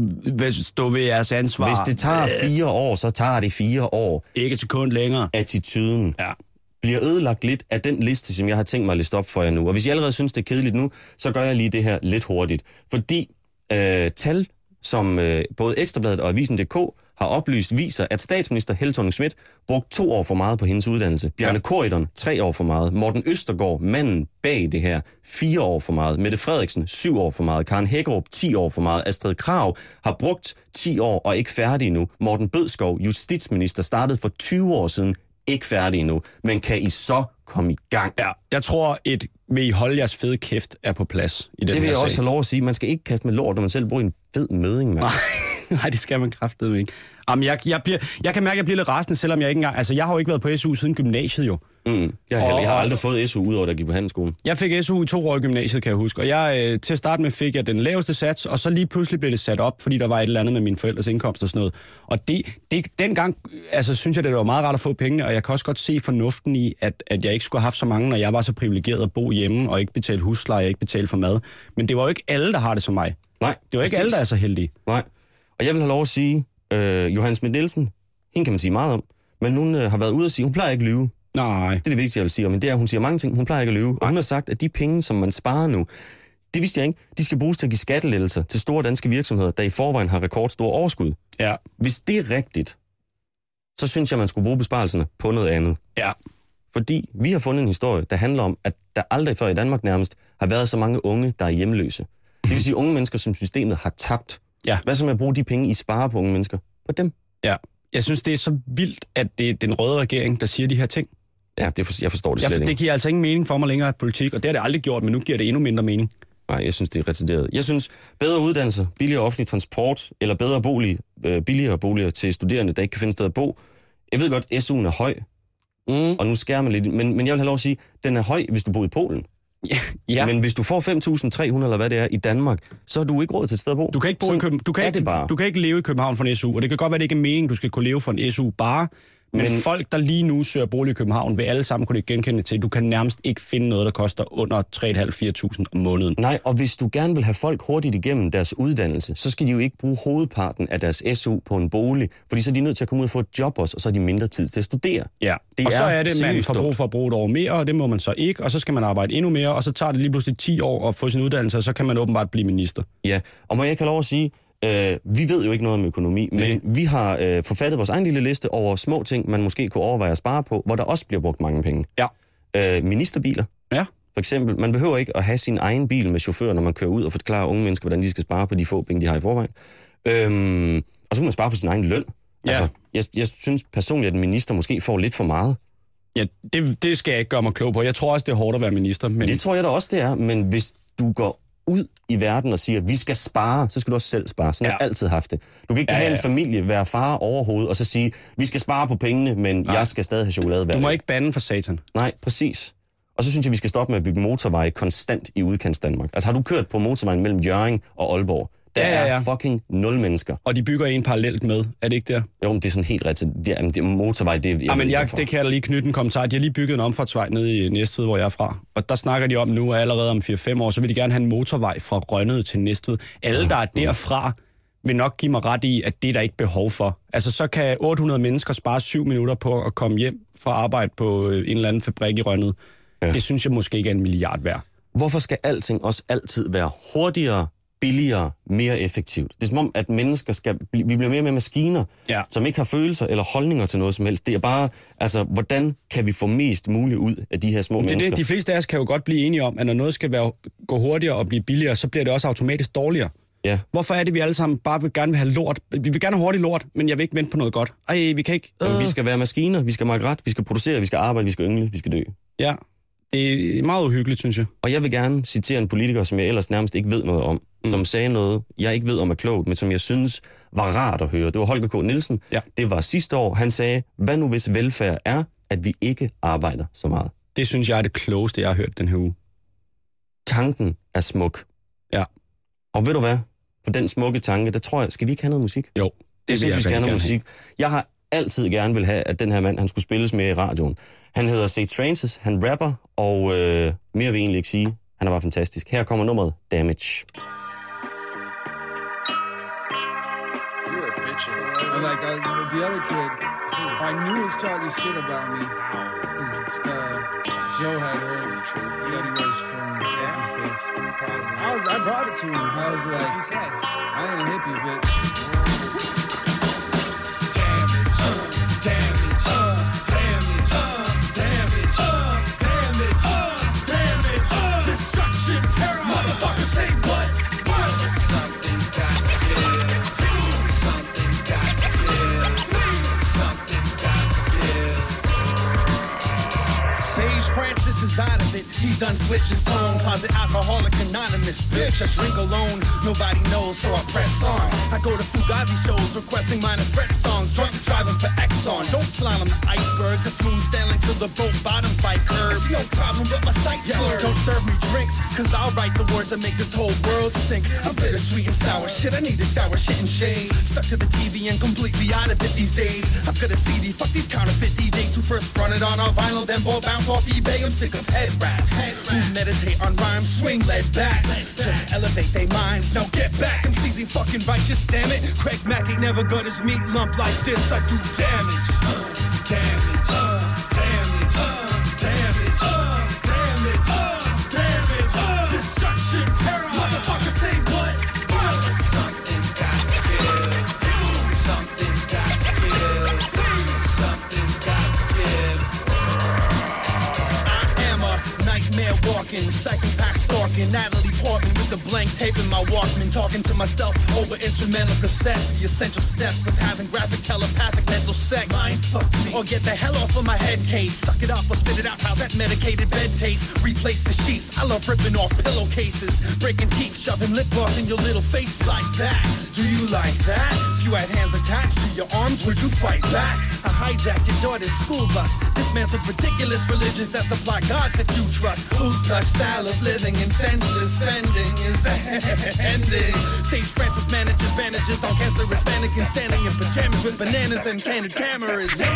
stå ved jeres ansvar. Hvis det tager fire år, så tager det fire år. Ikke et sekund længere. Attituden Ja. bliver ødelagt lidt af den liste, som jeg har tænkt mig at liste op for jer nu. Og hvis I allerede synes, det er kedeligt nu, så gør jeg lige det her lidt hurtigt. Fordi øh, tal, som øh, både Ekstrabladet og Avisen punktum d k har oplyst, viser, at statsminister Helle Thorning-Schmidt brugte to år for meget på hendes uddannelse. Bjarne ja. Corydon, tre år for meget. Morten Østergaard, manden bag det her, fire år for meget. Mette Frederiksen, syv år for meget. Karen Hækkerup, ti år for meget. Astrid Krag har brugt ti år og ikke færdig endnu. Morten Bødskov, justitsminister, startede for tyve år siden, ikke færdig endnu. Men kan I så komme i gang? Ja, jeg tror, et vil I holde jeres fede kæft er på plads i den her Det vil jeg sag. også have lov at sige. Man skal ikke kaste med lort, når man selv bruger en fed møding, mand. Nej, det skal man kraftedeme ikke. Jamen, jeg, jeg, bliver, jeg kan mærke, at jeg bliver lidt rasende, selvom jeg ikke engang... Altså, jeg har jo ikke været på S U siden gymnasiet, jo. Mm. Jeg, har, jeg har aldrig fået S U, udover at jeg gik på handelsskolen. Jeg fik S U i to år i gymnasiet, kan jeg huske. Og jeg, øh, til at starte med fik jeg den laveste sats, og så lige pludselig blev det sat op, fordi der var et eller andet med mine forældres indkomst og sådan noget. Og det, det, dengang, altså, synes jeg, det var meget rart at få pengene, og jeg kan også godt se fornuften i, at, at jeg ikke skulle have haft så mange, når jeg var så privilegeret at bo hjemme, og ikke betale husleje, og ikke betale for mad. Men det var jo ikke alle, der har det som mig. Nej. Det var ikke præcis. alle, der er så heldige. Nej. Og jeg vil have lov at sige, øh, Johannes Schmidt Nielsen, hende kan man sige meget om, men hun øh, har været ude at sige, hun plejer ikke at lyve. Nej. Det er det vigtigste, jeg vil sige om, men det er, at hun siger mange ting, hun plejer ikke at lyve. Og hun har sagt, at de penge, som man sparer nu, det vidste jeg ikke, de skal bruges til at give skattelettelser til store danske virksomheder, der i forvejen har rekordstore overskud. Ja. Hvis det er rigtigt, så synes jeg, man skulle bruge besparelserne på noget andet. Ja. Fordi vi har fundet en historie, der handler om, at der aldrig før i Danmark nærmest har været så mange unge, der er hjemløse. Det vil sige unge mennesker, som systemet har tabt. Ja. Hvad så med at bruge de penge, I sparer på unge mennesker? På dem. Ja. Jeg synes, det er så vildt, at det er den røde regering, der siger de her ting. Ja, det for, jeg forstår det slet ja, for ikke. det giver altså ingen mening for mig længere, at politik, og det har det aldrig gjort, men nu giver det endnu mindre mening. Nej, jeg synes, det er retarderet. Jeg synes, bedre uddannelser, billigere offentlig transport, eller bedre bolig, øh, billigere boliger til studerende, der ikke kan finde sted at bo. Jeg ved godt, S U'en er høj, mm. og nu skærer man lidt, men, men jeg vil have lov at sige, den er høj, hvis du bor i Polen. Ja, ja. Men hvis du får fem tusind tre hundrede, eller hvad det er, i Danmark, så har du ikke råd til et sted at bo. Du kan ikke, bo i København. Du, kan ikke, du, du kan ikke leve i København for en S U, og det kan godt være, det ikke er meningen, du skal kunne leve for en S U bare. Men, men folk, der lige nu søger bolig i København, vil alle sammen kunne genkende til. Du kan nærmest ikke finde noget, der koster under tre tusind fem hundrede til fire tusind om måneden. Nej, og hvis du gerne vil have folk hurtigt igennem deres uddannelse, så skal de jo ikke bruge hovedparten af deres S U på en bolig, fordi så er de nødt til at komme ud og få et job også, og så har de mindre tid til at studere. Ja, det og er så er det, man får dumt. brug for at bruge et år mere, og det må man så ikke, og så skal man arbejde endnu mere, og så tager det lige pludselig ti år at få sin uddannelse, og så kan man åbenbart blive minister. Ja, og må jeg ikke have lov at sige, Øh, vi ved jo ikke noget om økonomi, men Nej. vi har øh, forfattet vores egen lille liste over små ting, man måske kunne overveje at spare på, hvor der også bliver brugt mange penge. Ja. Øh, ministerbiler. Ja. For eksempel, man behøver ikke at have sin egen bil med chauffør, når man kører ud og forklarer unge mennesker, hvordan de skal spare på de få penge, de har i forvejen. Øhm, og så kan man spare på sin egen løn. Ja. Altså, jeg, jeg synes personligt, at en minister måske får lidt for meget. Ja, det, det skal jeg ikke gøre mig klog på. Jeg tror også, det er hårdt at være minister. Men... Det tror jeg da også, det er, men hvis du går ud i verden og siger, at vi skal spare, så skal du også selv spare. Sådan ja. har jeg altid haft det. Du kan ikke ja, have ja, ja. en familie, være far overhovedet, og så sige, vi skal spare på pengene, men Nej. jeg skal stadig have chokolade hver Du må dag. ikke bande for satan. Nej, præcis. Og så synes jeg, vi skal stoppe med at bygge motorveje konstant i udkants Danmark. Altså har du kørt på motorvejen mellem Hjørring og Aalborg? Der ja, ja, ja. er fucking nul mennesker. Og de bygger en parallelt med, er det ikke der? Jo, men det er sådan helt ret. Det er, det er motorvej, det er... Ja, men jeg, det kan jeg da lige knytte en kommentar. De har lige bygget en omfartsvej nede i Næstved, hvor jeg er fra. Og der snakker de om nu, at allerede om fire fem år, så vil de gerne have en motorvej fra Rønnede til Næstved. Alle, der er derfra, vil nok give mig ret i, at det er der ikke behov for. Altså, så kan otte hundrede mennesker spare syv minutter på at komme hjem fra arbejde på en eller anden fabrik i Rønnede. Ja. Det synes jeg måske ikke er en milliard værd. Hvorfor skal alting også altid være hurtigere, billigere, mere effektivt? Det er som om, at mennesker skal... Vi bliver mere og mere maskiner, ja. som ikke har følelser eller holdninger til noget som helst. Det er bare, altså, hvordan kan vi få mest muligt ud af de her små det mennesker? Det, de fleste af os kan jo godt blive enige om, at når noget skal være, gå hurtigere og blive billigere, så bliver det også automatisk dårligere. Ja. Hvorfor er det, vi alle sammen bare vil gerne vil have lort? Vi vil gerne have hurtigt lort, men jeg vil ikke vente på noget godt. Ej, vi kan ikke... Øh. Jamen, vi skal være maskiner, vi skal makke ret, vi skal producere, vi skal arbejde, vi skal yngle, vi skal dø. Ja, det er meget uhyggeligt, synes jeg. Og jeg vil gerne citere en politiker, som jeg ellers nærmest ikke ved noget om, mm. som sagde noget, jeg ikke ved om er klogt, men som jeg synes var rart at høre. Det var Holger K. Nielsen. Ja. Det var sidste år. Han sagde, hvad nu hvis velfærd er, at vi ikke arbejder så meget? Det synes jeg er det klogeste, jeg har hørt den her uge. Tanken er smuk. Ja. Og ved du hvad? På den smukke tanke, der tror jeg, skal vi ikke have noget musik? Jo. Det, det synes vi skal have noget musik. Jeg har altid gerne vil have, at den her mand, han skulle spilles med i radioen. Han hedder Sage Francis, han rapper, og øh, mere vil jeg egentlig ikke sige. Han er bare fantastisk. Her kommer nummeret Damage. You're a bitch. And like I, the other kid, I knew he was talking shit about me. Because uh, Joe had heard that he was from what's his face. I was, I brought it to him. I was like, I ain't a hippie, bitch. Damage, uh, damage, uh, damage, uh, damage, uh, damage, uh, destruction, terror, motherfucker, say what? What? Something's got to give. Something's got to give. Something's got to give. Sage Francis is out of it. He done switched his tone. Closet alcoholic anonymous. Bitch, I drink alone. Nobody knows, so I press on. I go to Fugazi shows requesting minor threat songs. Drunk driving for Exxon. Don't slalom the icebergs. A smooth sailing till the boat bottoms by curbs. No problem, but my sight's yeah, blurred. Don't serve me drinks, cause I'll write the words that make this whole world sink. I'm bittersweet and sour. Shit, I need to shower, shit and shade. Stuck to the T V and completely out of it these days. I've got a C D. Fuck these counterfeit D Js who first fronted on our vinyl, then bought bounce off eBay. I'm sick of head raps. Head raps. Who meditate on rhymes, swing lead bats. To elevate their minds. Now get back. I'm seizing fucking righteous, damn it. Craig Mack ain't never got his meat lump like this. I do damage. Uh, damage. Uh, damage. Uh, damage. Uh, damage. Uh, damage. Uh, destruction. Terror. Motherfucker, say what? What? Something's got to give. Something's got to give. Something's got to give. I am a nightmare walking, psychopath stalking, Natalie Portman with the blank tape in my Walkman, talking to myself over instrumental cassettes. The essential steps of having graphic telepathic mental sex. Mind fuck me, or get the hell off of my head case. Suck it up or spit it out. How's that medicated bed taste? Replace the sheets. I love ripping off pillowcases, breaking teeth, shoving lip gloss in your little face like that. Do you like that? If you had hands attached to your arms, would you fight back? I hijacked your daughter's school bus, dismantled ridiculous religions that supply gods that you trust. Whose plush style of living and senseless fending is ending? Sage Francis manages bandages on cancerous mannequins standing in pajamas with bananas and candid cameras. You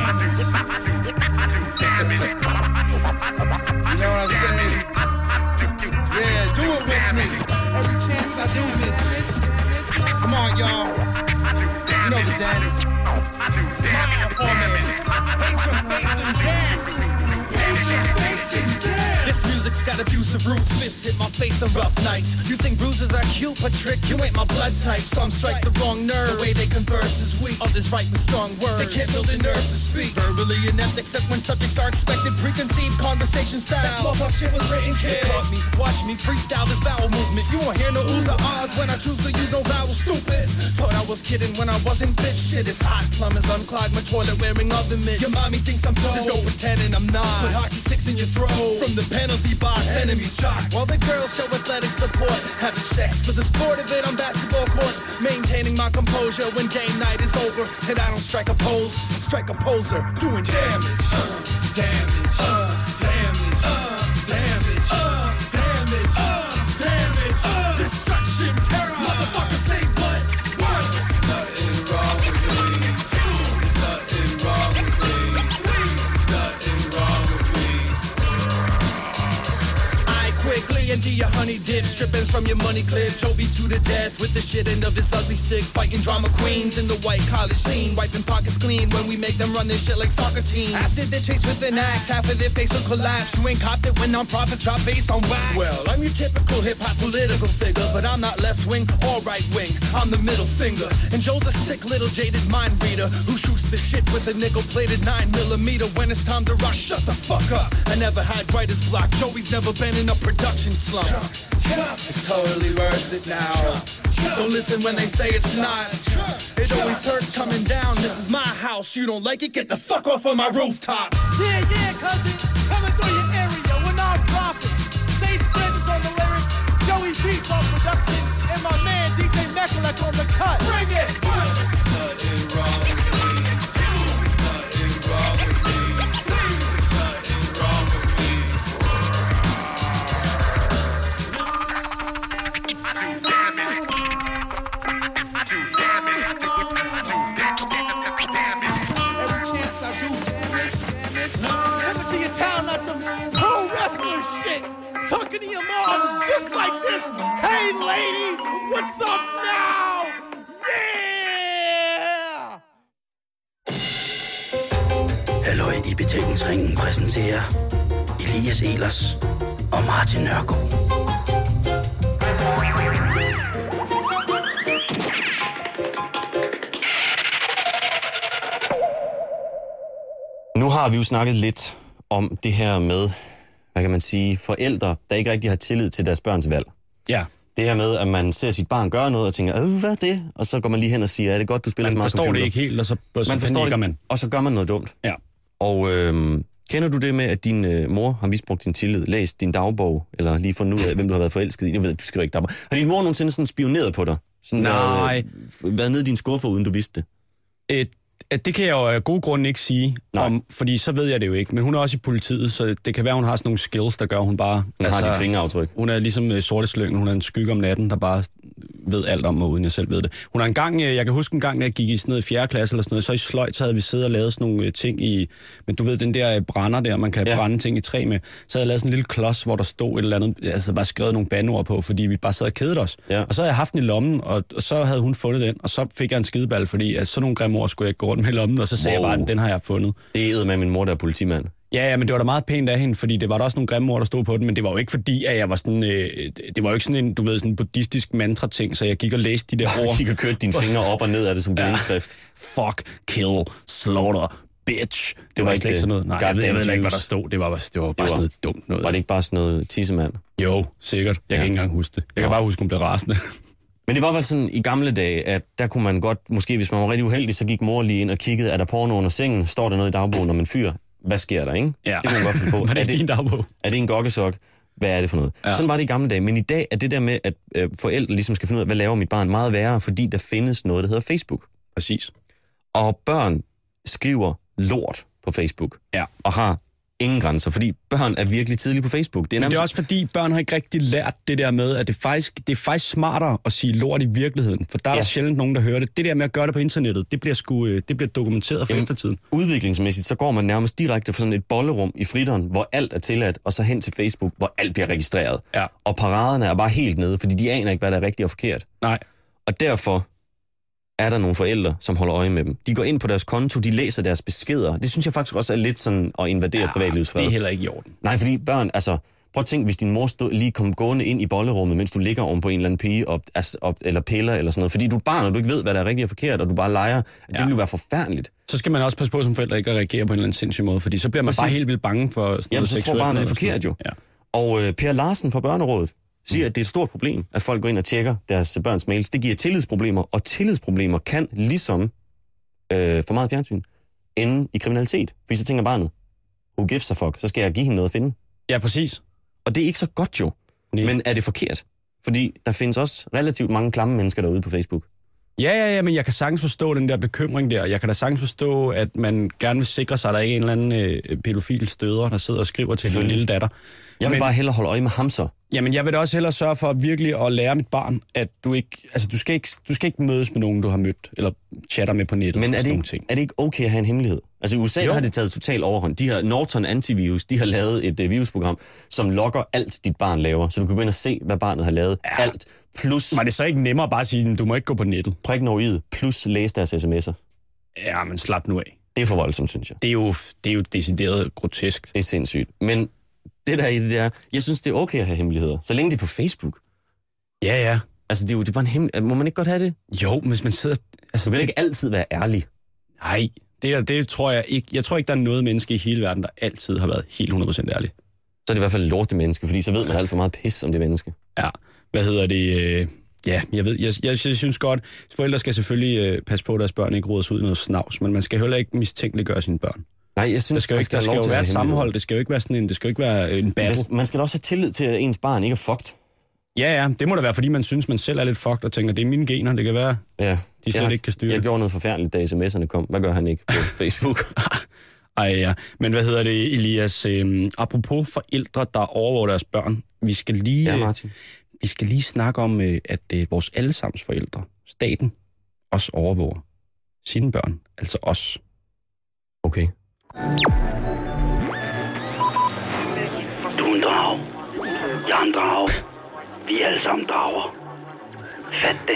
know what I'm saying? Yeah, do it with me. Every chance I do, bitch. Come on, y'all. You know the dance. Smile for me. Paint your face and dance. Paint your face and dance. This music's got abusive roots. Fists hit my face on rough nights. You think bruises are cute, but trick, you ain't my blood type. Some strike the wrong nerve. The way they converse is weak. Others write with strong words. They can't build the nerve to speak. Verbally inept, except when subjects are expected. Preconceived conversation style. That small talk shit was written, kid. Caught me watch me freestyle this bowel movement. You won't hear no oohs or ahs when I choose to use no vowels, stupid. Thought I was kidding when I wasn't, bitch. Shit is hot, plumbers unclog my toilet wearing oven mitts. Your mommy thinks I'm dope, there's no pretending I'm not. Put hockey sticks in your throat, from the penalty box, enemies chalk. While the girls show athletic support, having sex for the sport of it on basketball courts. Maintaining my composure when game night is over. And I don't strike a pose, I strike a poser. Doing damage, uh, damage, uh, damage, uh, damage, uh, damage, uh, damage, uh, destruction, terror. Motherfuckers say what? What? There's nothing wrong with me. There's nothing wrong with me. There's nothing wrong with me. I quickly into your honey dip, stripping from your money clip. Joby to the death with the shit end of his ugly stick. Fighting drama queens in the white college scene. Wiping pockets clean when we make them run this shit like soccer teams. After the chase with an axe, half of their face will collapse. You ain't copped it when non-profits drop bass on wax. Well, I'm your typical hip-hop political figure, but I'm not left-wing or right-wing. I'm the middle finger. And Joe's a sick little jaded mind reader who shoots the shit with a nickel-plated nine millimeter. When it's time to rush, shut the fuck up. I never had writer's block. Joey's never been in a production slump. It's totally worth it now. Don't listen when they say it's not. It always hurts coming down. This is my house. You don't like it? Get the fuck off of my rooftop. Yeah, yeah, cousin. Coming through your area. We're non-profit. Sage Flanders on the lyrics. Joey Beats on production. And my man D J Mekalek on the cut. Bring it! There's nothing wrong with me. There's nothing wrong with me. There's nothing wrong with me. Talking to your moms just like this. Hey lady, what's up now? Yeah! Halløj i betalingsringen præsenterer Elias Elers og Martin Nørgaard. Nu har vi jo snakket lidt om det her med, hvad kan man sige, forældre, der ikke rigtig har tillid til deres børns valg. Ja. Det her med, at man ser sit barn gøre noget og tænker, øh, hvad er det? Og så går man lige hen og siger, er det godt, du spiller man smart computer? Man forstår det ikke helt, og så, og så man forstår det, man. Og så gør man noget dumt. Ja. Og øh, kender du det med, at din øh, mor har misbrugt din tillid, læst din dagbog, eller lige fundet ud af, hvem du har været forelsket i? Jeg ved, du skriver ikke dagbog. Har din mor nogensinde sådan spioneret på dig? Sådan Nej. Været, været nede i din skuffe, uden du vidste det? Et Det kan jeg jo af gode grunde ikke sige, om, fordi så ved jeg det jo ikke. Men hun er også i politiet, så det kan være, hun har sådan nogle skills, der gør, hun bare... Hun altså, har dit fingeraftryk. Hun er ligesom uh, sorte slyngen, hun er en skygge om natten, der bare ved alt om mig, uden jeg selv ved det. Hun har en gang, jeg kan huske en gang, når jeg gik i sådan noget fjerde klasse eller sådan noget, så i sløjt, så havde vi siddet og lavet sådan nogle ting i... Men du ved, den der brænder der, man kan ja. brænde ting i træ med. Så havde jeg lavet sådan en lille klods, hvor der stod et eller andet, altså bare skrevet nogle bandeord på, fordi vi bare sad og kedede os. Ja. Og så havde jeg haft den i lommen, og, og så havde hun fundet den, og så fik jeg en skideball, fordi altså, sådan nogle grimme ord skulle jeg ikke gå rundt med i lommen, og så sagde wow. jeg bare, den har jeg fundet. Det er med min mor, der er politimand. Ja, ja, men det var da meget pænt af hende, fordi det var der også nogle grimme ord, der stod på den, men det var jo ikke fordi, at jeg var sådan, øh, det var jo ikke sådan en, du ved, sådan en buddhistisk mantra-ting, så jeg gik og læste de der ord. Jeg gik og kørte dine fingre op og ned af det som blindskrift. Ja. Fuck, kill, slaughter, bitch. Det, det var ikke sådan noget. Nej, jeg ved, jeg ved ikke, hvad der stod. Det var, det var bare det var, sådan noget dumt noget. Var det ikke bare sådan noget tissemand? Jo, sikkert. Jeg ja. kan ikke engang huske det. Jeg kan ja. bare huske, hun blev rasende. Men det var vel sådan i gamle dage, at der kunne man godt, måske hvis man var rigtig uheldig, så gik mor lige ind og kiggede, er der porno under sengen? Står der noget i dagbogen om en fyr? Hvad sker der, ikke? Ja. Det kan man godt finde på. Hvad er, det, er, det, din dagbog? Er det en gokkesok? Hvad er det for noget? Ja. Sådan var det i gamle dage. Men i dag er det der med, at øh, forældre ligesom skal finde ud af, hvad laver mit barn, meget værre, fordi der findes noget, der hedder Facebook. Præcis. Og børn skriver lort på Facebook. Ja. Og har ingen grænser, fordi børn er virkelig tidlige på Facebook. Det er, nærmest... det er også fordi, børn har ikke rigtig lært det der med, at det faktisk, det er faktisk smartere at sige lort i virkeligheden, for der er ja. der sjældent nogen, der hører det. Det der med at gøre det på internettet, det bliver, sgu, det bliver dokumenteret for eftertiden. Udviklingsmæssigt, så går man nærmest direkte fra sådan et bollerum i fritteren, hvor alt er tilladt, og så hen til Facebook, hvor alt bliver registreret. Ja. Og paraderne er bare helt nede, fordi de aner ikke, hvad der er rigtigt og forkert. Nej. Og derfor er der nogle forældre, som holder øje med dem. De går ind på deres konto, de læser deres beskeder. Det synes jeg faktisk også er lidt sådan at invadere ja, privatlivsfred. Det er heller ikke i orden. Nej, fordi børn, altså, prøv at tænke, hvis din mor stod, lige kom gående ind i bollerummet, mens du ligger oven på en eller anden pige, op, op, eller piller eller sådan noget, fordi du er barn, og du ikke ved, hvad der er rigtigt og forkert, og du bare leger, ja. Det vil jo være forfærdeligt. Så skal man også passe på som forældre ikke at reagere på en eller anden sindssyg måde, fordi så bliver man Præcis. bare helt vildt bange for sådan Jamen, noget så seksuelt. tror barnet er forkert jo. Ja. Og øh, Per Larsen fra Børnerådet siger, mm. at det er et stort problem, at folk går ind og tjekker deres børns mails. Det giver tillidsproblemer, og tillidsproblemer kan, ligesom øh, for meget fjernsyn, ende i kriminalitet. Fordi så tænker barnet, who gives a fuck, så skal jeg give hende noget at finde. Ja, præcis. Og det er ikke så godt jo. Nej. Men er det forkert? Fordi der findes også relativt mange klamme mennesker derude på Facebook. Ja, ja, ja, men jeg kan sagtens forstå den der bekymring der. Jeg kan da sagtens forstå, at man gerne vil sikre sig, at der ikke er en eller anden øh, pædofil støder, der sidder og skriver til sin lille datter. Jeg vil men, bare hellere holde øje med ham så. Jamen, jeg vil da også hellere sørge for virkelig at lære mit barn, at du ikke, altså, du skal ikke, du skal ikke mødes med nogen, du har mødt, eller chatter med på nettet. Men er det, ikke, er det ikke okay at have en hemmelighed? Altså i U S A har det taget total overhånd. De her Norton Antivirus, de har lavet et uh, virusprogram, som logger alt, dit barn laver. Så du kan gå ind og se, hvad barnet har lavet. Ja. Alt. Plus... Var det så ikke nemmere bare at sige, du må ikke gå på nettet? Prik noget i, plus læse deres sms'er. Ja, men slap nu af. Det er for voldsomt, synes jeg. Det er jo, det er jo decideret grotesk. Det er sindssygt. Men det der i det der, jeg synes, det er okay at have hemmeligheder. Så længe det er på Facebook. Ja, ja. Altså, det er jo det er bare en hemmelighed. Må man ikke godt have det? Jo, hvis man sidder... Altså, du kan det... ikke altid være ærlig. Nej, det, det tror jeg ikke. Jeg tror ikke, der er noget menneske i hele verden, der altid har været helt hundrede procent ærlig. Så er det i hvert fald et lorte menneske, fordi så ved man alt for meget pis om det menneske. Ja, hvad hedder det... Øh... Ja, jeg ved, jeg, jeg, jeg synes godt, forældre skal selvfølgelig øh, passe på, at deres børn ikke roder ud i noget snavs, men man skal heller ikke mistænkeliggøre sine børn. Nej, jeg synes, der skal jo ikke, der skal jo være et sammenhold, det skal jo ikke være sådan en, det skal jo ikke være en battle. Man skal også have tillid til, at ens barn ikke er fucked. Ja, ja, det må da være, fordi man synes, man selv er lidt fucked og tænker, det er mine gener, det kan være, ja, de slet jeg, ikke kan styre. Jeg gjorde noget forfærdeligt, da sms'erne kom. Hvad gør han ikke på Facebook? Ej, ja. Men hvad hedder det, Elias? Øhm, apropos forældre, der overvåger deres børn. Vi skal lige, ja, Martin. Vi skal lige snakke om, at øh, vores allesammens forældre, staten, også overvåger sine børn. Altså os. Okay. Du er en drag. Jeg er en drag. Vi er alle sammen drager. Fat det.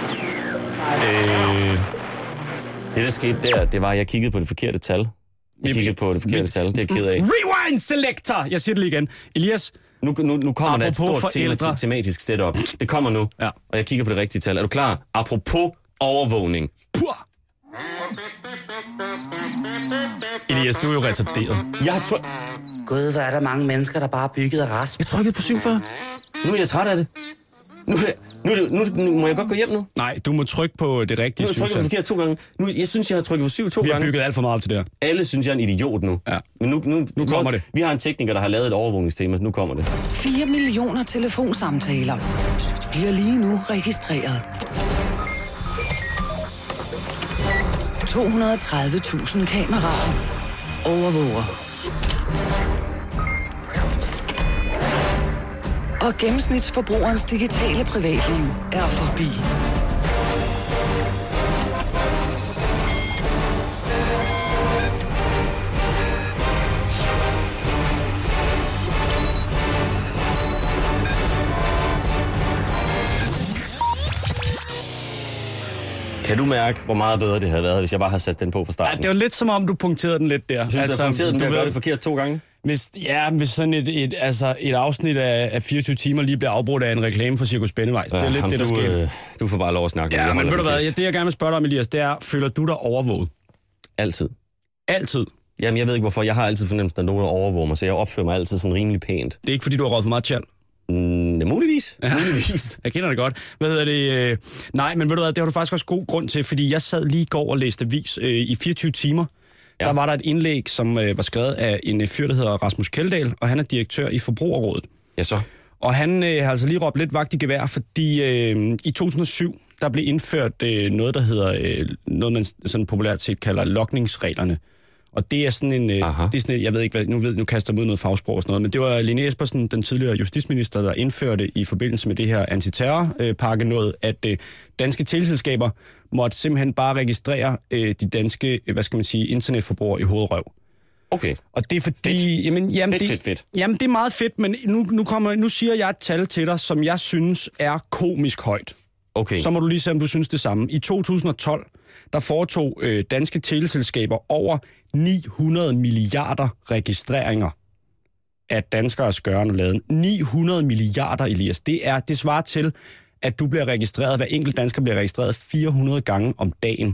Øh, det, der skete der, det var, at jeg kiggede på det forkerte tal. Jeg kiggede på det forkerte tal. Det er jeg ked af. Rewind selector! Jeg siger det lige igen. Elias... Nu, nu, nu kommer der et stort tema, tematisk setup. Det kommer nu, ja. Og jeg kigger på det rigtige tal. Er du klar? Apropos overvågning. Puh. Elias, du er jo retarderet. Jeg har tryk... Gud, hvor er der mange mennesker, der bare er bygget af rasp. Jeg trykkede på syvogfyrre. Nu er jeg træt af det. Nu, nu, nu, nu må jeg godt gå hjem nu. Nej, du må trykke på det rigtige syvtal. Nu har jeg trykket på forkert to gange. Nu, jeg synes, jeg har trykket på syv to gange. Vi har gange. bygget alt for meget op til det her. Alle synes, jeg er en idiot nu. Ja. Men nu, nu, nu kommer nu, det. Vi har en tekniker, der har lavet et overvågningstema. Nu kommer det. fire millioner telefonsamtaler bliver lige nu registreret. to hundrede og tredive tusind kameraer overvåger. Og gennemsnitsforbrugerens digitale privatliv er forbi. Kan du mærke, hvor meget bedre det havde været, hvis jeg bare havde sat den på fra starten? Ja, det var lidt som om, du punkterede den lidt der. Jeg synes, altså, jeg punkterede den ved at gøre det forkert to gange. Hvis, ja, hvis sådan et, et, altså et afsnit af, af fireogtyve timer lige bliver afbrudt af en reklame for Cirkus Spændevejs. Ja, det er lidt ham, det, der du, sker. Øh, du får bare lov at snakke. Ja, men ved du hvad, det jeg gerne vil spørge dig om, Elias, det er, føler du dig overvåget? Altid. Altid? Jamen, jeg ved ikke hvorfor. Jeg har altid fornemt, at der er nogen, der overvåger mig, så jeg opfører mig altid sådan rimelig pænt. Det er ikke, fordi du har røget for meget tjal? Mm, muligvis. Ja. muligvis. Jeg kender det godt. Hvad hedder det? Øh... Nej, men ved du hvad, det har du faktisk også god grund til, fordi jeg sad lige i går og læste avis øh, i fireogtyve timer. Ja. Der var der et indlæg, som øh, var skrevet af en fyr, der hedder Rasmus Kjeldahl, og han er direktør i Forbrugerrådet. Ja, så. Og han øh, har altså lige råbt lidt vagt i gevær, fordi øh, i to tusind og syv, der blev indført øh, noget, der hedder, øh, noget man sådan populært set kalder logningsreglerne. Og det er sådan en, øh, det er sådan en, jeg ved ikke hvad, nu, ved, nu kaster jeg ud noget fagsprog og sådan noget, men det var Lene Espersen, den tidligere justitsminister, der indførte i forbindelse med det her antiterrorpakke øh, noget, at øh, danske teleselskaber måtte simpelthen bare registrere øh, de danske, hvad skal man sige, internetforbrugere i hovedrøv. Okay. Og det er fordi, fedt. jamen, jamen, fedt, det, fedt, fedt. jamen det er meget fedt, men nu, nu, kommer, nu siger jeg et tal til dig, som jeg synes er komisk højt. Okay. Så må du lige se, om du synes det samme. I to tusind og tolv, der foretog øh, danske teleselskaber over ni hundrede milliarder registreringer af danskeres gøren og laden. ni hundrede milliarder, Elias. Det, er, det svarer til, at du bliver registreret, hver enkelt dansker bliver registreret fire hundrede gange om dagen.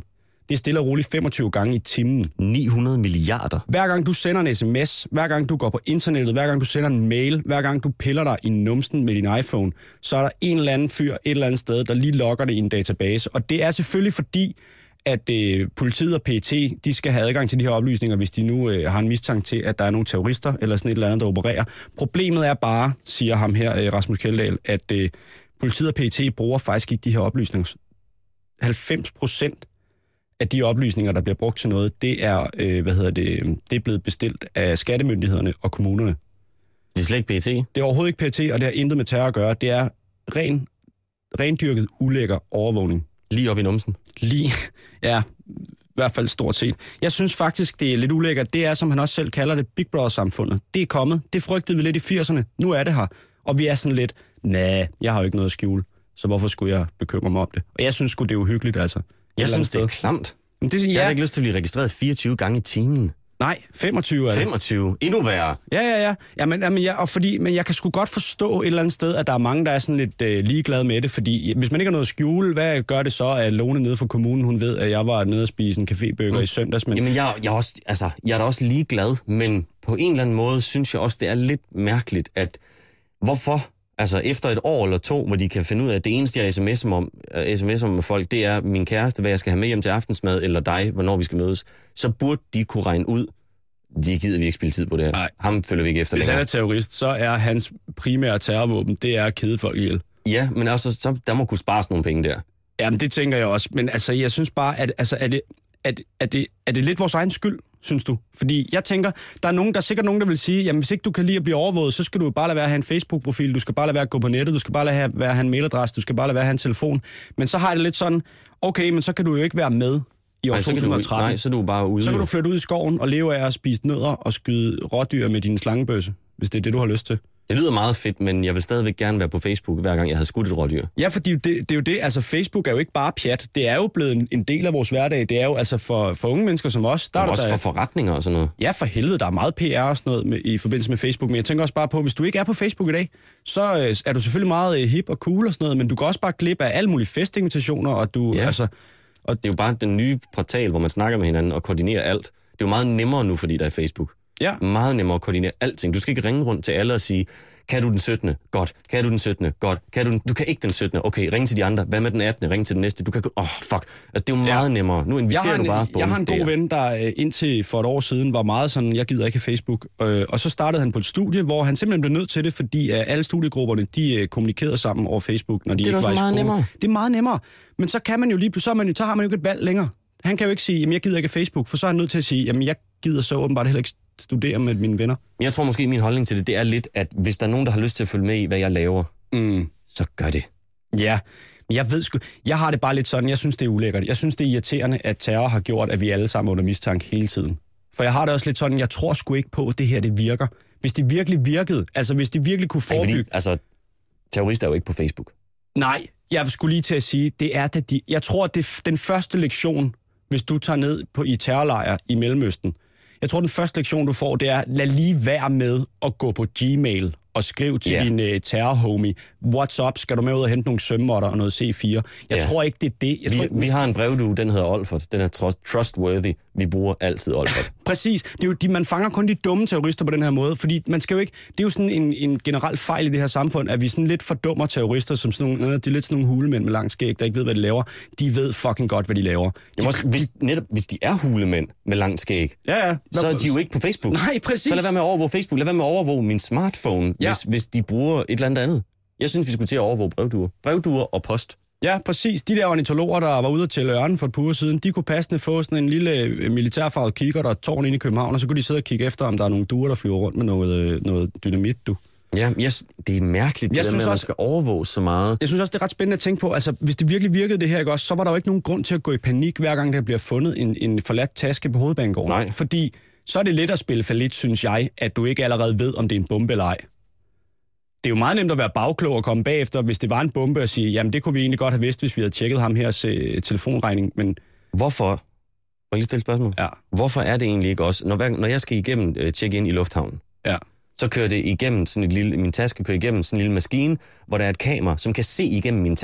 Det er stille og roligt femogtyve gange i timen. ni hundrede milliarder. Hver gang du sender en sms, hver gang du går på internettet, hver gang du sender en mail, hver gang du piller dig i numsen med din iPhone, så er der en eller anden fyr et eller andet sted, der lige logger det i en database. Og det er selvfølgelig fordi, at øh, politiet og P E T, de skal have adgang til de her oplysninger, hvis de nu øh, har en mistanke til, at der er nogle terrorister eller sådan et eller andet, der opererer. Problemet er bare, siger ham her, øh, Rasmus Kjeldahl, at øh, politiet og P E T bruger faktisk ikke de her oplysninger. halvfems procent af de oplysninger, der bliver brugt til noget, det er, øh, hvad hedder det, det er blevet bestilt af skattemyndighederne og kommunerne. Det er slet ikke P E T? Det er overhovedet ikke P E T, og det har intet med terror at gøre. Det er ren, rendyrket, ulækker overvågning. Lige op i numsen? Lige, ja, i hvert fald stort set. Jeg synes faktisk, det er lidt ulækkert. Det er, som han også selv kalder det, Big Brother-samfundet. Det er kommet. Det frygtede vi lidt i firserne. Nu er det her. Og vi er sådan lidt, nej, jeg har jo ikke noget at skjule. Så hvorfor skulle jeg bekymre mig om det? Og jeg synes sgu, det er uhyggeligt, altså. Jeg synes, det er klamt. Men det, ja. Jeg har ikke lyst til at blive registreret fireogtyve gange i timen. Nej, femogtyve er det. femogtyve? Endnu værre. Ja, ja, ja. ja men, jamen, jeg, og fordi, men jeg kan sgu godt forstå et eller andet sted, at der er mange, der er sådan lidt øh, ligeglade med det, fordi hvis man ikke har noget at skjule, hvad gør det så, at Lone nede fra kommunen, hun ved, at jeg var nede og spise en cafébøger mm. i søndags? Men... Jamen, jeg, jeg, er også, altså, jeg er da også ligeglad, men på en eller anden måde synes jeg også, det er lidt mærkeligt, at hvorfor... Altså, efter et år eller to, hvor de kan finde ud af, at det eneste, jeg sms'er om, sms'er med folk, det er min kæreste, hvad jeg skal have med hjem til aftensmad, eller dig, hvornår vi skal mødes, så burde de kunne regne ud, de gider vi ikke spille tid på det her. Nej. Ham følger vi ikke efter længere. Hvis han er terrorist, så er hans primære terrorvåben, det er at kede folk ihjel. Ja, men altså, så, der må kunne spares nogle penge der. Jamen, det tænker jeg også. Men altså, jeg synes bare, at altså, er, det, at, er, det, er det lidt vores egen skyld, synes du? Fordi jeg tænker, der er, nogen, der er sikkert nogen, der vil sige, jamen hvis ikke du kan lide at blive overvåget, så skal du bare lade være at have en Facebook-profil, du skal bare lade være at gå på nettet, du skal bare lade være at have en mailadresse, du skal bare lade være at have en telefon. Men så har jeg det lidt sådan, okay, men så kan du jo ikke være med i år nej, to tusind og tretten. Nej, så er du bare ude. Så kan du flytte ud i skoven og leve af at spise nødder og skyde rådyr med din slangebøsse, hvis det er det, du har lyst til. Det lyder meget fedt, men jeg vil stadigvæk gerne være på Facebook, hver gang jeg havde skudt et rådyr. Ja, fordi det, det er jo det, altså Facebook er jo ikke bare pjat. Det er jo blevet en, en del af vores hverdag. Det er jo altså for, for unge mennesker som os. Der er også der, for forretninger og sådan noget. Ja, for helvede, der er meget P R og sådan noget med, i forbindelse med Facebook. Men jeg tænker også bare på, hvis du ikke er på Facebook i dag, så øh, er du selvfølgelig meget øh, hip og cool og sådan noget, men du kan også bare klippe af alle mulige festinvitationer, og du, ja. altså... Og det er jo bare den nye portal, hvor man snakker med hinanden og koordinerer alt. Det er jo meget nemmere nu, fordi der er Facebook. Ja. Meget nemmere at koordinere alting. Du skal ikke ringe rundt til alle og sige, kan du den syttende? Godt. Kan du den syttende? Godt. Kan du den? Du kan ikke den syttende. Okay, ring til de andre. Hvad med den attende? Ring til den næste. Du kan... Åh, oh, fuck. Altså, det er jo meget ja. nemmere. Nu inviterer en, du bare på. Jeg har en god der. ven, der indtil for et år siden var meget sådan, jeg gider ikke have Facebook. Øh, og så startede han på et studie, hvor han simpelthen blev nødt til det, fordi uh, alle studiegrupperne, de uh, kommunikerede sammen over Facebook, når de det ikke var i skole. Nemmere. Det er meget nemmere. Men så kan man jo lige så, man, så har man jo ikke et valg længere. Han kan jo ikke sige, jamen jeg gider ikke have Facebook, for så er han nødt til at sige, jamen jeg gider så åbenbart heller ikke studere med mine venner. Jeg tror måske, min holdning til det, det er lidt, at hvis der er nogen, der har lyst til at følge med i, hvad jeg laver, mm. så gør det. Ja, men jeg ved sgu, jeg har det bare lidt sådan, jeg synes, det er ulækkert. Jeg synes, det er irriterende, at terror har gjort, at vi alle sammen er under mistanke hele tiden. For jeg har det også lidt sådan, jeg tror sgu ikke på, at det her, det virker. Hvis det virkelig virkede, altså hvis det virkelig kunne forebygge... Ej, fordi, altså, terrorister er jo ikke på Facebook. Nej, jeg skulle lige til at sige, det er det, de... Jeg tror, at det den første lektion, hvis du tager ned på, i terrorlejre i Mellemøsten, jeg tror, den første lektion, du får, det er, lad lige være med at gå på Gmail og skrive til yeah. din uh, terrorhomie, what's up, skal du med ud og hente nogle sømmåtter og noget C fire? Jeg yeah. tror ikke, det er det. Jeg vi, tror, ikke, vi har en brevdue, den hedder Olfert. Den er trustworthy. Vi bruger altid Olfert. Præcis. Det er jo, de, man fanger kun de dumme terrorister på den her måde, fordi man skal jo ikke... Det er jo sådan en, en generel fejl i det her samfund, at vi sådan lidt fordummer terrorister, som sådan nogle, øh, de er lidt sådan nogle hulemænd med lang skæg, der ikke ved, hvad de laver. De ved fucking godt, hvad de laver. De, Jamen også, hvis, netop, hvis de er hulemænd med lang skæg, ja, ja. så er de jo ikke på Facebook. Nej, præcis. Så lad være med at overvåge Facebook. Lad være med at overvåge min smartphone, ja. hvis, hvis de bruger et eller andet andet. Jeg synes, vi skulle til at overvåge brevduer. Brevduer og post. Ja, præcis. De der ornitologer, der var ude at tælle ørnen for et par uger siden, de kunne passende få sådan en lille militærfarvet kikkert og et tårn inde i København, og så kunne de sidde og kigge efter, om der er nogle duer, der flyver rundt med noget, noget dynamit, du. Ja, yes, det er mærkeligt, det jeg der med, at man skal overvåge så meget. Jeg synes også, det er ret spændende at tænke på, altså hvis det virkelig virkede det her, ikke også, så var der jo ikke nogen grund til at gå i panik, hver gang der bliver fundet en, en forladt taske på Hovedbanegården. Nej. Fordi så er det let at spille fallit, synes jeg, at du ikke allerede ved, om det er en bombe eller ej. Det er jo meget nemt at være bagklog og komme bagefter, hvis det var en bombe, og sige, jamen det kunne vi egentlig godt have vidst, hvis vi havde tjekket ham her til telefonregning, men... Hvorfor? Må jeg lige stille et spørgsmål? Ja. Hvorfor er det egentlig ikke også, når, når jeg skal igennem uh, tjekke ind i lufthavnen, ja. så kører det igennem sådan et lille, min taske kører igennem sådan en lille maskine, hvor der er et kamera, som kan se igennem min taske.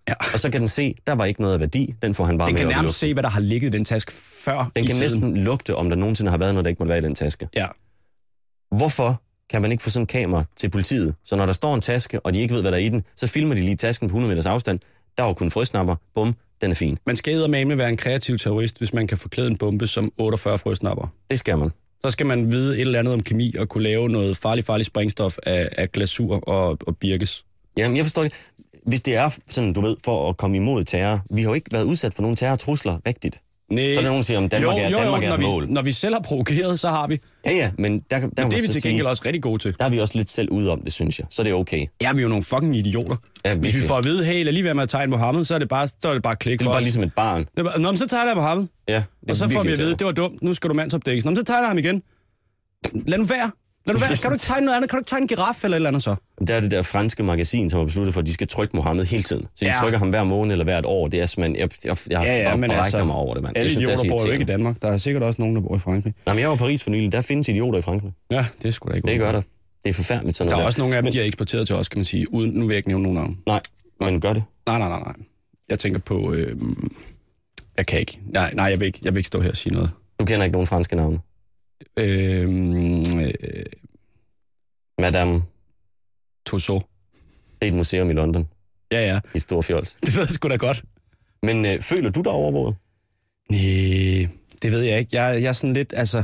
Ja. Og så kan den se, der var ikke noget af værdi, den får han bare den med. Den kan nærmest se, hvad der har ligget i den taske før Den i kan tiden. næsten lugte, om der nogensinde har været noget, der ikke må være i den taske. Ja. Hvorfor kan man ikke få sådan en kamera til politiet? Så når der står en taske, og de ikke ved, hvad der er i den, så filmer de lige tasken på hundrede meters afstand. Der var kun frøsnapper. Bum, den er fin. Man skal eddermame være en kreativ terrorist, hvis man kan forklæde en bombe som otteogfyrre frøsnapper. Det skal man. Så skal man vide et eller andet om kemi og kunne lave noget farlig, farlig sprængstof af, af glasur og, og birkes. Jamen, jeg forstår det. Hvis det er sådan, du ved, for at komme imod terror. Vi har jo ikke været udsat for nogen terrortrusler rigtigt. Nej. Så er der nogen, der siger, om Danmark jo, er, jo, Danmark jo, er et når mål. Vi, når vi selv har provokeret, så har vi. Ja, ja, men der, der men det er vi til gengæld sige, også rigtig gode til. Der er vi også lidt selv ude om det, synes jeg. Så det er okay. Ja, vi er jo nogle fucking idioter. Ja, hvis vi får at vide, hey, lad lige være med at tegne Mohammed, så er det bare, så er det bare klik for os. Det er bare ligesom et barn. Det er bare, nå, men så tegner jeg Mohammed. Ja, og så får vi at vide, det var dumt, nu skal du mandsopdækkes. Nå, men så tegner jeg ham igen. Lad nu være. Lad nu være. Kan du ikke tegne noget andet? Kan du ikke tegne en giraf eller et eller andet så? Der er det der franske magasin, som har besluttet for, at de skal trykke Mohammed hele tiden. Så de ja. trykker ham hver måned eller hvert år. Det er simpelthen, jeg, jeg, jeg ja, ja, har men altså, mig over det, mand. Alle idioter bor jo ikke i Danmark. Der er sikkert også nogen, der bor i Frankrig. Nej, men jeg var i Paris for nylig. Der findes idioter i Frankrig. Ja, det er sgu da ikke. Det gør der. Det er forfærdeligt sådan noget. Der er der. også nogle af dem, de har eksporteret til os, kan man sige. Uden, nu vil jeg ikke nævne nogen navn. Nej, men gør det. Nej, nej, nej, nej. Jeg tænker på... Øh, jeg kan ikke. Nej, nej jeg, vil ikke. jeg vil ikke stå her og sige noget. Du kender ikke nogen franske navne? Øh, øh, Madame Tussauds. Det er et museum i London. Ja, ja. I stor fjols. Det ved jeg sgu da godt. Men øh, føler du dig overvåget? Nej, det ved jeg ikke. Jeg, jeg er sådan lidt, altså...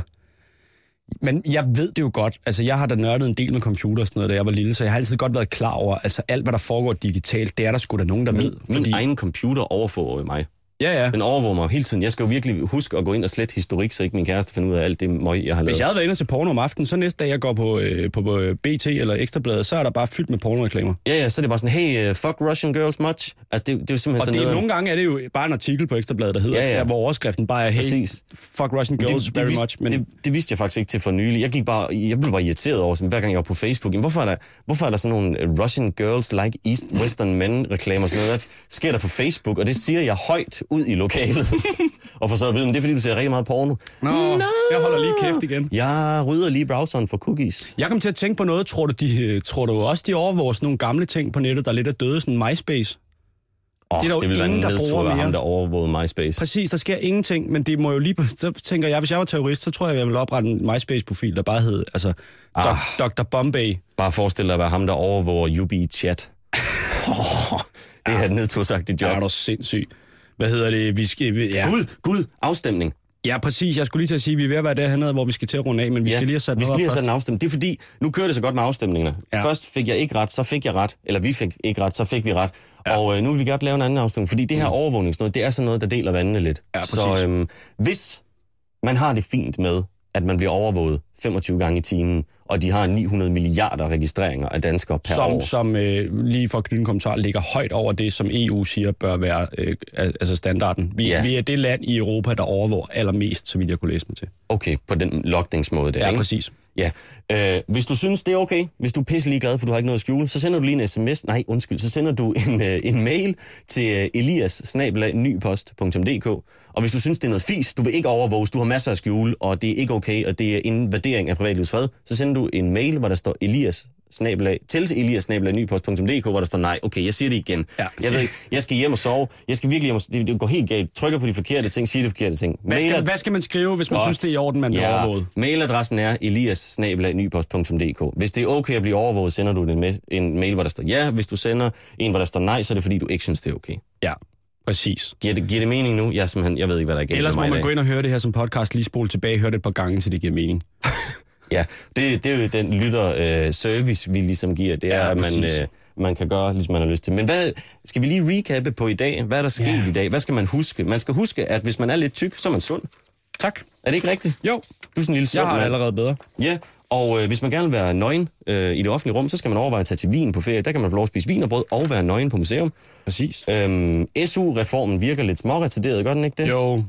Men jeg ved det jo godt. Altså, jeg har da nørdet en del med computer og sådan noget, da jeg var lille, så jeg har altid godt været klar over, altså alt, hvad der foregår digitalt, det er der sgu da nogen, der min, ved. Min fordi... egen computer overvåger mig. Ja, ja. Den overvåger mig hele tiden. Jeg skal jo virkelig huske at gå ind og slette historik, så ikke min kæreste finder ud af alt det møg, jeg har lavet. Hvis jeg havde været inde til porno om aftenen, så næste dag, jeg går på, øh, på, på B T eller Ekstrabladet, så er der bare fyldt med pornoreklamer. Ja, ja, så er det bare sådan, hey, uh, fuck Russian girls much. Altså, det, det er jo simpelthen og sådan det, noget... nogle gange er det jo bare en artikel på Ekstrabladet, der hedder, ja, ja. hvor overskriften bare er, hey, Præcis. fuck Russian girls det, det very vidste, much. Men... Det, det vidste jeg faktisk ikke til for nylig. Jeg, gik bare, jeg blev bare irriteret over, sådan, hver gang jeg var på Facebook. Jamen, hvorfor, er der, hvorfor er der sådan nogle Russian girls like East Western men reklamer og sådan noget? Hvad sker der på Facebook? Og det siger jeg højt ud i lokalet. Og for så at vide, men det er fordi, du ser rigtig meget porno. Nå, no. Jeg holder lige kæft igen. Jeg rydder lige browseren for cookies. Jeg kom til at tænke på noget. Tror du, de, tror du også, de overvåger sådan nogle gamle ting på nettet, der er lidt af døde, sådan MySpace? Oh, det, det vil være en nedtur af ham, der overvågede MySpace. Præcis, der sker ingenting, men det må jo lige... Så tænker jeg, hvis jeg var terrorist, så tror jeg, jeg ville oprette en MySpace-profil, der bare hed altså, ah. doktor Bombay. Bare forestil dig at være ham, der overvåger U B Chat. oh, det er et nedtursagtigt job. Ja, er du sindssyg. Hvad hedder det? Vi skal... Ja. Gud, Gud, afstemning. Ja, præcis. Jeg skulle lige til at sige, at vi er ved at være derhenne, hvor vi skal til at runde af, men vi ja, skal lige have sat vi skal lige have sat en afstemning. Det er fordi, nu kører det så godt med afstemningerne. Ja. Først fik jeg ikke ret, så fik jeg ret. Eller vi fik ikke ret, så fik vi ret. Ja. Og øh, nu vil vi godt lave en anden afstemning, fordi det her mm. overvågningsnød, det er sådan noget, der deler vandene lidt. Ja, så øhm, hvis man har det fint med, at man bliver overvåget femogtyve gange i timen, og de har ni hundrede milliarder registreringer af danskere per som, år. Som, øh, lige for at knytte en kommentar, ligger højt over det, som E U siger bør være øh, altså standarden. Vi, ja. vi er det land i Europa, der overvåger allermest, så vidt jeg kunne læse mig til. Okay, på den logningsmåde der, ja, ikke? Præcis. Ja, øh, hvis du synes, det er okay, hvis du er pisselig glad, for du har ikke noget at skjule, så sender du lige en sms, nej, undskyld, så sender du en, øh, en mail til øh, elias snabel-a nypost punktum d k, og hvis du synes, det er noget fis, du vil ikke overvåges, du har masser af skjule, og det er ikke okay, og det er en vurdering af privatlivets fred, så sender du en mail, hvor der står elias snabel-a, til elias snabel-a nypost punktum d k, hvor der står nej, okay, jeg siger det igen. Ja. Jeg ved ikke, jeg skal hjem og sove, jeg skal virkelig hjem og det, det går helt galt, trykker på de forkerte ting, siger de forkerte ting. Hvad skal, hvad skal man skrive, hvis man Godt. synes, det er i orden, man bliver ja. overvåget? Mailadressen er elias snabel-a nypost punktum d k. Hvis det er okay at blive overvåget, sender du en, ma- en mail, hvor der står ja. Hvis du sender en, hvor der står nej, så er det fordi, du ikke synes, det er okay. Ja, præcis. Giver det, giver det mening nu? Jeg, jeg ved ikke, hvad der er galt. Ellers må man gå ind og høre det her som podcast, lige spole tilbage, høre det et par gange, så det giver mening. Ja, det, det er jo den lytter-service, øh, vi ligesom giver. Det er, ja, at man, øh, man kan gøre, ligesom man har lyst til. Men hvad, skal vi lige recappe på i dag? Hvad er der sket ja. i dag? Hvad skal man huske? Man skal huske, at hvis man er lidt tyk, så er man sund. Tak. Er det ikke rigtigt? Jo. Du er sådan en lille sund Jeg har det allerede bedre. Ja, og øh, hvis man gerne vil være nøgen øh, i det offentlige rum, så skal man overveje at tage til Wien på ferie. Der kan man få lov at spise wienerbrød og være nøgen på museum. Præcis. Øhm, S U-reformen virker lidt småretarderet, gør den ikke det? Jo.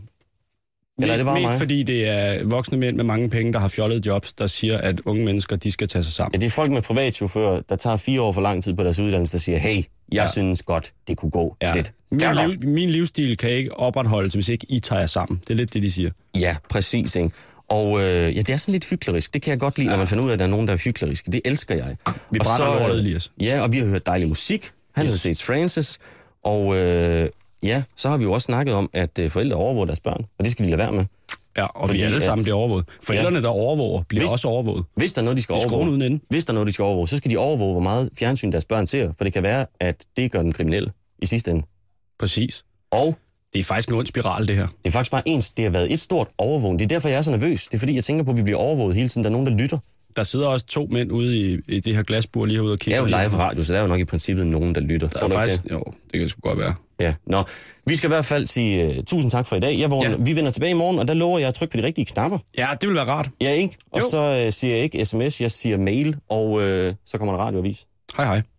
Eller mest, er det bare mest mig? fordi det er voksne mænd med mange penge, der har fjollede jobs, der siger, at unge mennesker, de skal tage sig sammen. Ja, det er folk med privatchauffører, der tager fire år for lang tid på deres uddannelse, der siger, hey, jeg ja. synes godt, det kunne gå ja. lidt. Min, liv, min livsstil kan ikke opretholdes, hvis ikke I tager jer sammen. Det er lidt det, de siger. Ja, præcis, ikke? Og øh, ja, det er sådan lidt hyklerisk. Det kan jeg godt lide, ja. når man finder ud af, at der er nogen, der er hykleriske. Det elsker jeg. Vi brænder lortet, Elias. Ja, og vi har hørt dejlig musik. Han yes. hedder Sage Francis. Og øh, ja, så har vi jo også snakket om, at øh, forældre overvåger deres børn, og det skal de lade være med. Ja, og Fordi vi alle sammen at, bliver overvåget. Forældrene, ja, der overvåger, bliver hvis, også overvåget. Hvis der er noget, de skal overvåge, uden ende. hvis der er noget, de skal overvåge, så skal de overvåge, hvor meget fjernsyn deres børn ser, for det kan være, at det gør dem kriminelle i sidste ende. Præcis. Og det er faktisk en ond spiral, det her. Det er faktisk bare ens, det har været et stort overvågning. Det er derfor, jeg er så nervøs. Det er fordi, jeg tænker på, at vi bliver overvåget hele tiden. Der er nogen, der lytter. Der sidder også to mænd ude i, i det her glasbur lige herude og kigger. Det er jo live radio, så der er jo nok i princippet nogen, der lytter. Der er faktisk, det? Jo, det kan sgu godt være. Ja, nå. Vi skal i hvert fald sige uh, tusind tak for i dag. Jeg, hvor, ja. Vi vender tilbage i morgen, og der lover jeg at trykke på de rigtige knapper. Ja, det vil være rart. Ja, ikke? Og jo. så uh, siger jeg ikke sms, jeg siger mail, og uh, så kommer der radioavis. Hej hej.